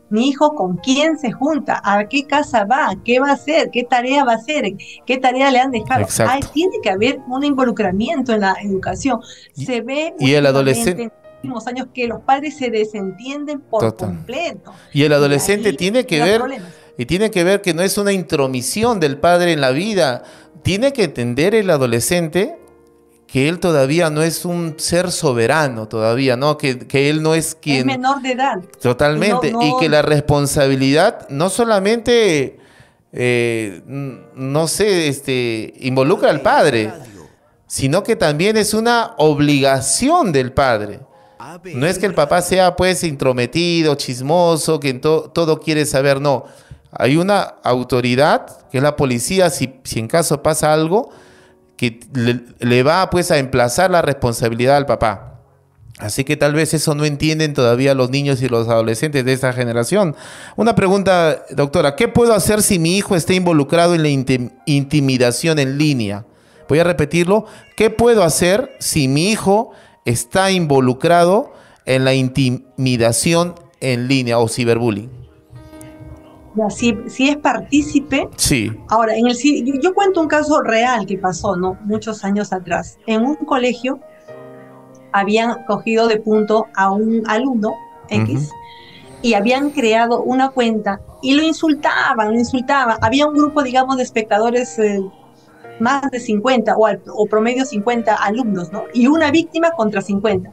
Speaker 3: mi hijo con quién se junta, a qué casa va, qué va a hacer, qué tarea va a hacer, qué tarea le han dejado. Ay, tiene que haber un involucramiento en la educación. Se ve
Speaker 1: y el adolescente
Speaker 3: en los últimos años que los padres se desentienden por Total. completo.
Speaker 1: Y el adolescente y tiene que ver problemas. y tiene que ver que no es una intromisión del padre en la vida. Tiene que entender el adolescente que él todavía no es un ser soberano, todavía, ¿no? Que, que él no es quien...
Speaker 3: Es menor de edad.
Speaker 1: Totalmente. No, no... Y que la responsabilidad no solamente, eh, no sé, este, involucra al padre, sino que también es una obligación del padre. No es que el papá sea, pues, intrometido, chismoso, que to todo quiere saber, no. Hay una autoridad, que es la policía, si, si en caso pasa algo, que le, le va pues a emplazar la responsabilidad al papá. Así que tal vez eso no entienden todavía los niños y los adolescentes de esta generación. Una pregunta, doctora, ¿qué puedo hacer si mi hijo está involucrado en la intim intimidación en línea? Voy a repetirlo. ¿Qué puedo hacer si mi hijo está involucrado en la intimidación en línea o ciberbullying?
Speaker 3: Si, si es partícipe.
Speaker 1: Sí.
Speaker 3: Ahora, en el, yo, yo cuento un caso real que pasó, ¿no? Muchos años atrás. En un colegio habían cogido de punto a un alumno X uh-huh. y habían creado una cuenta y lo insultaban, lo insultaban. Había un grupo, digamos, de espectadores, eh, más de cincuenta o, al, o promedio cincuenta alumnos, ¿no? Y una víctima contra cincuenta.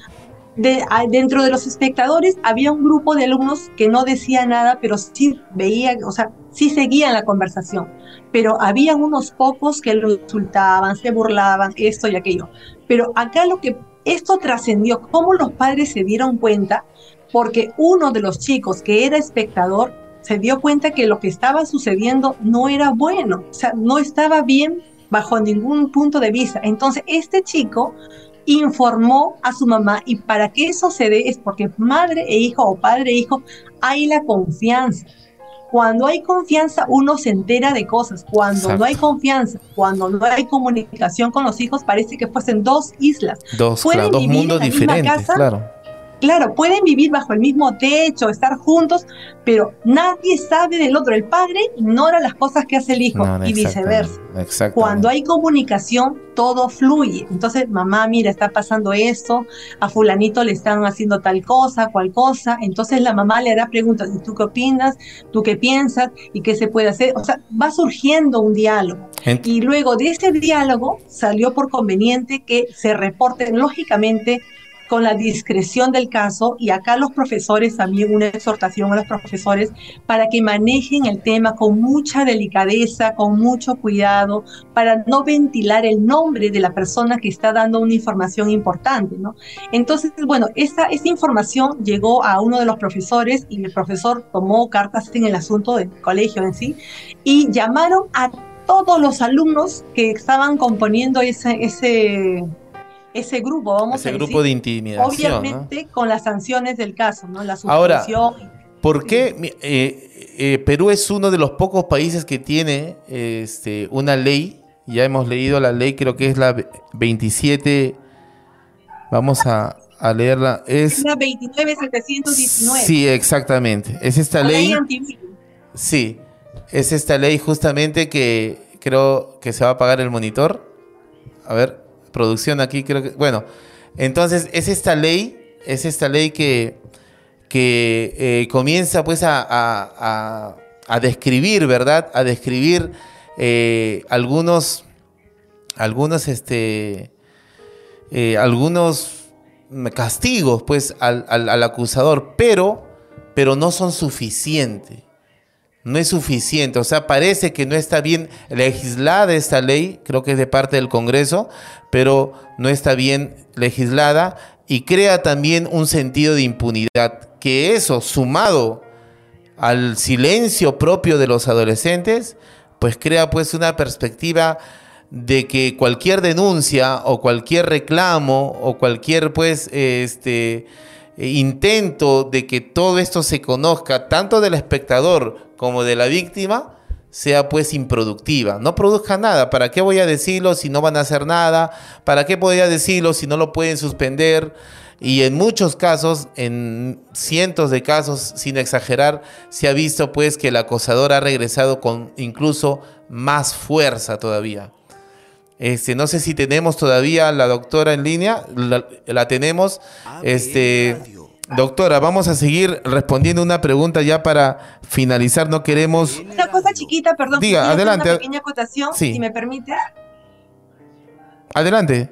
Speaker 3: De, a, dentro de los espectadores había un grupo de alumnos que no decía nada, pero sí veían, o sea, sí seguían la conversación, pero había unos pocos que lo insultaban, se burlaban, esto y aquello. Pero acá lo que, esto trascendió, cómo los padres se dieron cuenta, porque uno de los chicos que era espectador se dio cuenta que lo que estaba sucediendo no era bueno, o sea, no estaba bien bajo ningún punto de vista. Entonces este chico informó a su mamá, y para que eso se dé es porque madre e hijo o padre e hijo hay la confianza. Cuando hay confianza uno se entera de cosas. Cuando Exacto. no hay confianza, cuando no hay comunicación con los hijos, parece que fuesen dos islas.
Speaker 1: Dos, claro, dos mundos diferentes, casa, claro.
Speaker 3: Claro, pueden vivir bajo el mismo techo, estar juntos, pero nadie sabe del otro. El padre ignora las cosas que hace el hijo no, no, y viceversa. Cuando hay comunicación, todo fluye. Entonces, mamá, mira, está pasando esto, a fulanito le están haciendo tal cosa, cual cosa. Entonces la mamá le hará preguntas, ¿y tú qué opinas? ¿Tú qué piensas? ¿Y qué se puede hacer? O sea, va surgiendo un diálogo. Ent y luego de ese diálogo salió por conveniente que se reporten, lógicamente, con la discreción del caso, y acá los profesores, también una exhortación a los profesores para que manejen el tema con mucha delicadeza, con mucho cuidado, para no ventilar el nombre de la persona que está dando una información importante, ¿no? Entonces, bueno, esa, esa información llegó a uno de los profesores y el profesor tomó cartas en el asunto del colegio en sí y llamaron a todos los alumnos que estaban componiendo ese... ese ese grupo, vamos
Speaker 1: ese
Speaker 3: a decir,
Speaker 1: grupo de intimidación,
Speaker 3: obviamente, ¿no? Con las sanciones del caso, ¿no? La suspensión.
Speaker 1: Ahora, ¿por qué eh, eh, Perú es uno de los pocos países que tiene este, una ley? Ya hemos leído la ley, creo que es la veintisiete, vamos a, a leerla. Es,
Speaker 3: es la veintinueve mil setecientos diecinueve.
Speaker 1: Sí, exactamente. Es esta la ley. ley sí, es esta ley justamente que creo que se va a apagar el monitor. A ver. Producción aquí creo que, bueno, entonces es esta ley, es esta ley que, que eh, comienza pues a, a, a, a describir, ¿verdad? A describir eh, algunos, algunos, este, eh, algunos castigos pues al, al, al acusador, pero, pero no son suficientes. No es suficiente, o sea, parece que no está bien legislada esta ley, creo que es de parte del Congreso, pero no está bien legislada y crea también un sentido de impunidad, que eso, sumado al silencio propio de los adolescentes, pues crea pues una perspectiva de que cualquier denuncia o cualquier reclamo o cualquier pues este intento de que todo esto se conozca tanto del espectador como de la víctima sea pues improductiva, no produzca nada. ¿Para qué voy a decirlo si no van a hacer nada? ¿Para qué voy a decirlo si no lo pueden suspender? Y en muchos casos, en cientos de casos, sin exagerar, se ha visto pues que el acosador ha regresado con incluso más fuerza todavía. Este, no sé si tenemos todavía a la doctora en línea, la, la tenemos. Este, doctora, vamos a seguir respondiendo una pregunta ya para finalizar, no queremos...
Speaker 3: Una cosa chiquita, perdón.
Speaker 1: Diga, adelante.
Speaker 3: Una pequeña acotación,
Speaker 1: sí.
Speaker 3: Si me permite.
Speaker 1: Adelante.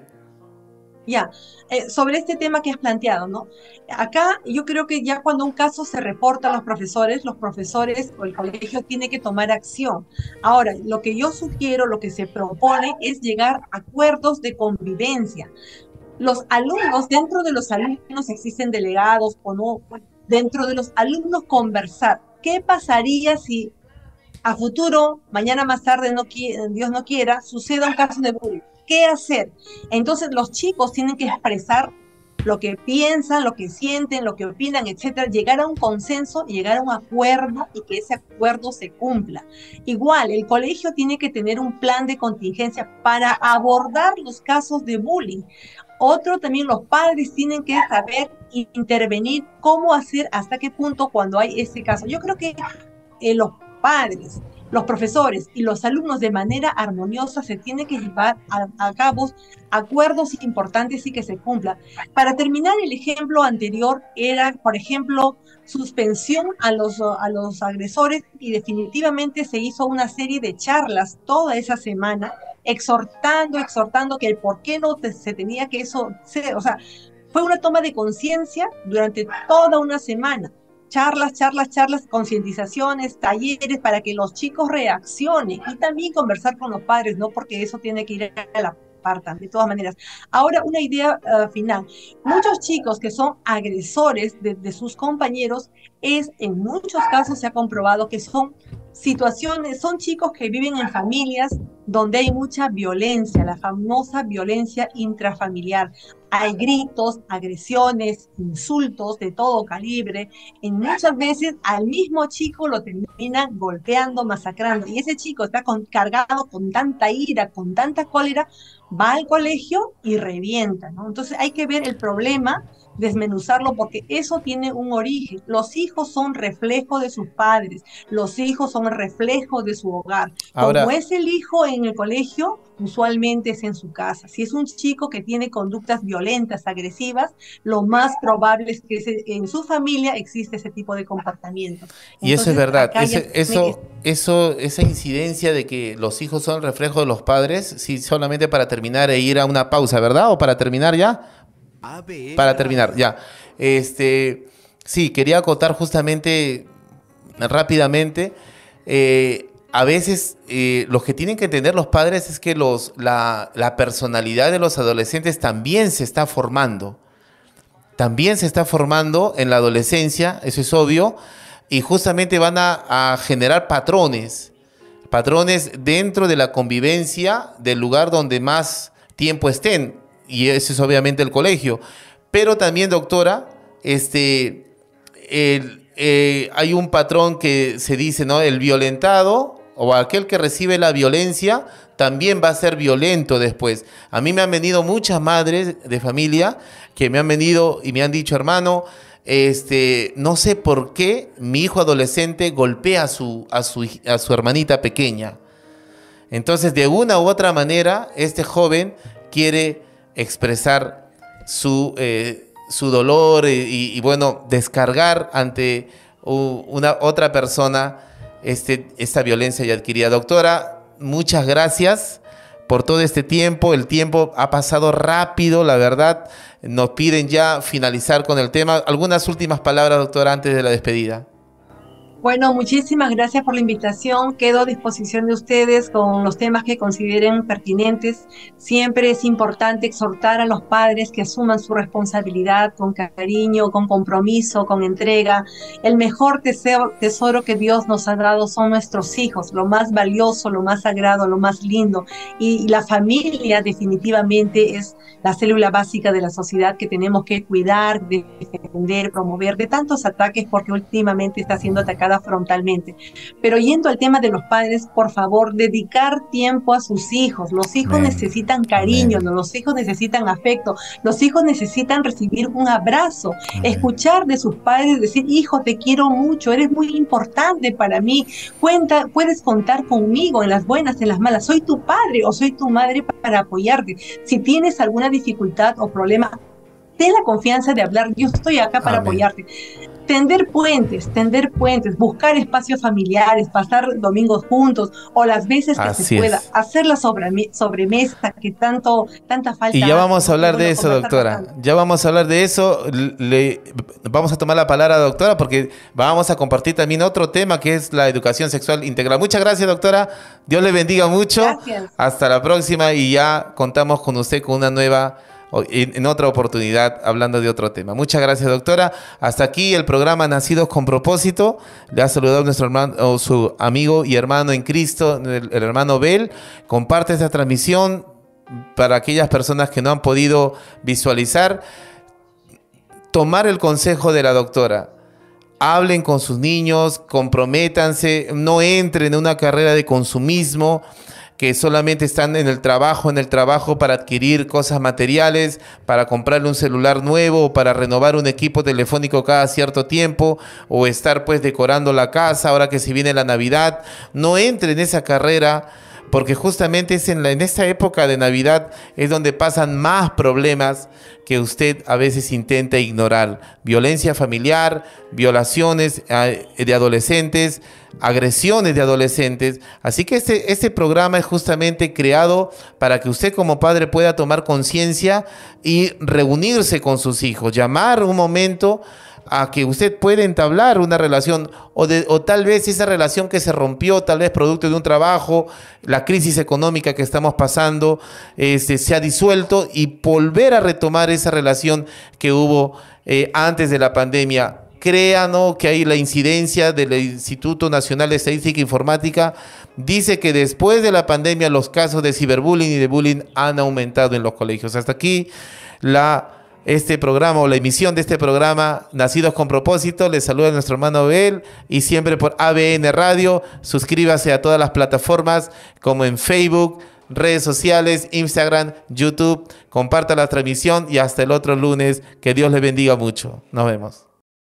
Speaker 3: Ya, eh, sobre este tema que has planteado, ¿no? Acá yo creo que ya cuando un caso se reporta a los profesores, los profesores o el colegio tiene que tomar acción. Ahora, lo que yo sugiero, lo que se propone es llegar a acuerdos de convivencia. Los alumnos, dentro de los alumnos existen delegados o no, dentro de los alumnos conversar. ¿Qué pasaría si a futuro, mañana más tarde, no, Dios no quiera, suceda un caso de bullying? ¿Qué hacer? Entonces los chicos tienen que expresar lo que piensan, lo que sienten, lo que opinan, etcétera, llegar a un consenso, llegar a un acuerdo y que ese acuerdo se cumpla. Igual, el colegio tiene que tener un plan de contingencia para abordar los casos de bullying. Otro también, los padres tienen que saber intervenir, cómo hacer, hasta qué punto cuando hay ese caso. Yo creo que eh, los padres, los profesores y los alumnos de manera armoniosa se tienen que llevar a, a cabo acuerdos importantes y que se cumplan. Para terminar, el ejemplo anterior era, por ejemplo, suspensión a los, a los agresores, y definitivamente se hizo una serie de charlas toda esa semana exhortando, exhortando que el por qué no te, se tenía que eso ser, o sea, fue una toma de conciencia durante toda una semana. Charlas, charlas, charlas, concientizaciones, talleres para que los chicos reaccionen y también conversar con los padres, ¿no? Porque eso tiene que ir a la par, de todas maneras. Ahora, una idea uh, final. Muchos chicos que son agresores de, de sus compañeros, es en muchos casos se ha comprobado que son situaciones, son chicos que viven en familias donde hay mucha violencia, la famosa violencia intrafamiliar. Hay gritos, agresiones, insultos de todo calibre, y muchas veces al mismo chico lo terminan golpeando, masacrando, y ese chico está con, cargado con tanta ira, con tanta cólera, va al colegio y revienta, ¿no? Entonces hay que ver el problema, desmenuzarlo, porque eso tiene un origen. Los hijos son reflejo de sus padres, los hijos son reflejo de su hogar.
Speaker 1: Ahora,
Speaker 3: como es el hijo en el colegio, usualmente es en su casa. Si es un chico que tiene conductas violentas, agresivas, lo más probable es que ese, en su familia existe ese tipo de comportamiento.
Speaker 1: Y Entonces, eso es verdad, ese, eso,
Speaker 3: que...
Speaker 1: eso, esa incidencia de que los hijos son el reflejo de los padres, sí, solamente para terminar e ir a una pausa, ¿verdad? ¿O para terminar ya? Para terminar, ya. Este, sí, quería acotar justamente, rápidamente, eh, a veces eh, lo que tienen que entender los padres es que los, la, la personalidad de los adolescentes también se está formando. También se está formando en la adolescencia, eso es obvio, y justamente van a, a generar patrones, patrones dentro de la convivencia del lugar donde más tiempo estén. Y ese es obviamente el colegio. Pero también, doctora, este, el, eh, hay un patrón que se dice, ¿no? El violentado o aquel que recibe la violencia también va a ser violento después. A mí me han venido muchas madres de familia que me han venido y me han dicho, hermano, este, no sé por qué mi hijo adolescente golpea a su, a su, a su hermanita pequeña. Entonces, de una u otra manera, este joven quiere expresar su, eh, su dolor y, y, y, bueno, descargar ante uh, una otra persona este, esta violencia ya adquirida. Doctora, muchas gracias por todo este tiempo. El tiempo ha pasado rápido, la verdad. Nos piden ya finalizar con el tema. ¿Algunas últimas palabras, doctora, antes de la despedida?
Speaker 3: Bueno, muchísimas gracias por la invitación. Quedo a disposición de ustedes con los temas que consideren pertinentes. Siempre es importante exhortar a los padres que asuman su responsabilidad con cariño, con compromiso, con entrega. El mejor tesoro, tesoro que Dios nos ha dado son nuestros hijos, lo más valioso, lo más sagrado, lo más lindo. Y, y la familia definitivamente es la célula básica de la sociedad que tenemos que cuidar, defender, promover de tantos ataques, porque últimamente está siendo atacada atacada frontalmente. Pero yendo al tema de los padres, por favor, dedicar tiempo a sus hijos. Los hijos
Speaker 1: Amén.
Speaker 3: necesitan cariño,
Speaker 1: Amén.
Speaker 3: los hijos necesitan afecto, los hijos necesitan recibir un abrazo,
Speaker 1: Amén.
Speaker 3: escuchar de sus padres, decir, hijo, te quiero mucho, eres muy importante para mí, cuenta, puedes contar conmigo en las buenas, en las malas, soy tu padre o soy tu madre para apoyarte. Si tienes alguna dificultad o problema, ten la confianza de hablar, yo estoy acá para
Speaker 1: Amén.
Speaker 3: apoyarte. Tender puentes, tender puentes, buscar espacios familiares, pasar domingos juntos o las veces que
Speaker 1: Así
Speaker 3: se pueda,
Speaker 1: es.
Speaker 3: hacer la sobreme- sobremesa que tanto, tanta falta
Speaker 1: Y ya
Speaker 3: hace,
Speaker 1: vamos a
Speaker 3: ¿no?
Speaker 1: hablar
Speaker 3: Bueno,
Speaker 1: de eso,
Speaker 3: conversar
Speaker 1: doctora.
Speaker 3: bastante.
Speaker 1: Ya vamos a hablar de eso. Le, vamos a tomar la palabra, doctora, porque vamos a compartir también otro tema que es la educación sexual integral. Muchas gracias, doctora. Dios le bendiga mucho.
Speaker 3: Gracias.
Speaker 1: Hasta la próxima y ya contamos con usted con una nueva, en, en otra oportunidad, hablando de otro tema. Muchas gracias, doctora. Hasta aquí el programa Nacidos con Propósito. Le ha saludado nuestro hermano, su amigo y hermano en Cristo, el, el hermano Bel. Comparte esta transmisión para aquellas personas que no han podido visualizar. Tomar el consejo de la doctora. Hablen con sus niños, comprométanse, no entren en una carrera de consumismo, que solamente están en el trabajo, en el trabajo para adquirir cosas materiales, para comprarle un celular nuevo, o para renovar un equipo telefónico cada cierto tiempo, o estar pues decorando la casa ahora que se viene la Navidad. No entre en esa carrera, porque justamente es en, la, en esta época de Navidad es donde pasan más problemas que usted a veces intenta ignorar. Violencia familiar, violaciones eh, de adolescentes, agresiones de adolescentes. Así que este, este programa es justamente creado para que usted como padre pueda tomar conciencia y reunirse con sus hijos, llamar un momento a que usted pueda entablar una relación o, de, o tal vez esa relación que se rompió, tal vez producto de un trabajo, la crisis económica que estamos pasando, este, se ha disuelto y volver a retomar esa relación que hubo eh, antes de la pandemia. Créanos que hay la incidencia del Instituto Nacional de Estadística e Informática, dice que después de la pandemia los casos de ciberbullying y de bullying han aumentado en los colegios. Hasta aquí la... este programa o la emisión de este programa Nacidos con Propósito. Les saluda nuestro hermano Abel y siempre por A B N Radio. Suscríbase a todas las plataformas como en Facebook, redes sociales, Instagram, YouTube. Comparta la transmisión y hasta el otro lunes. Que Dios le bendiga mucho. Nos vemos.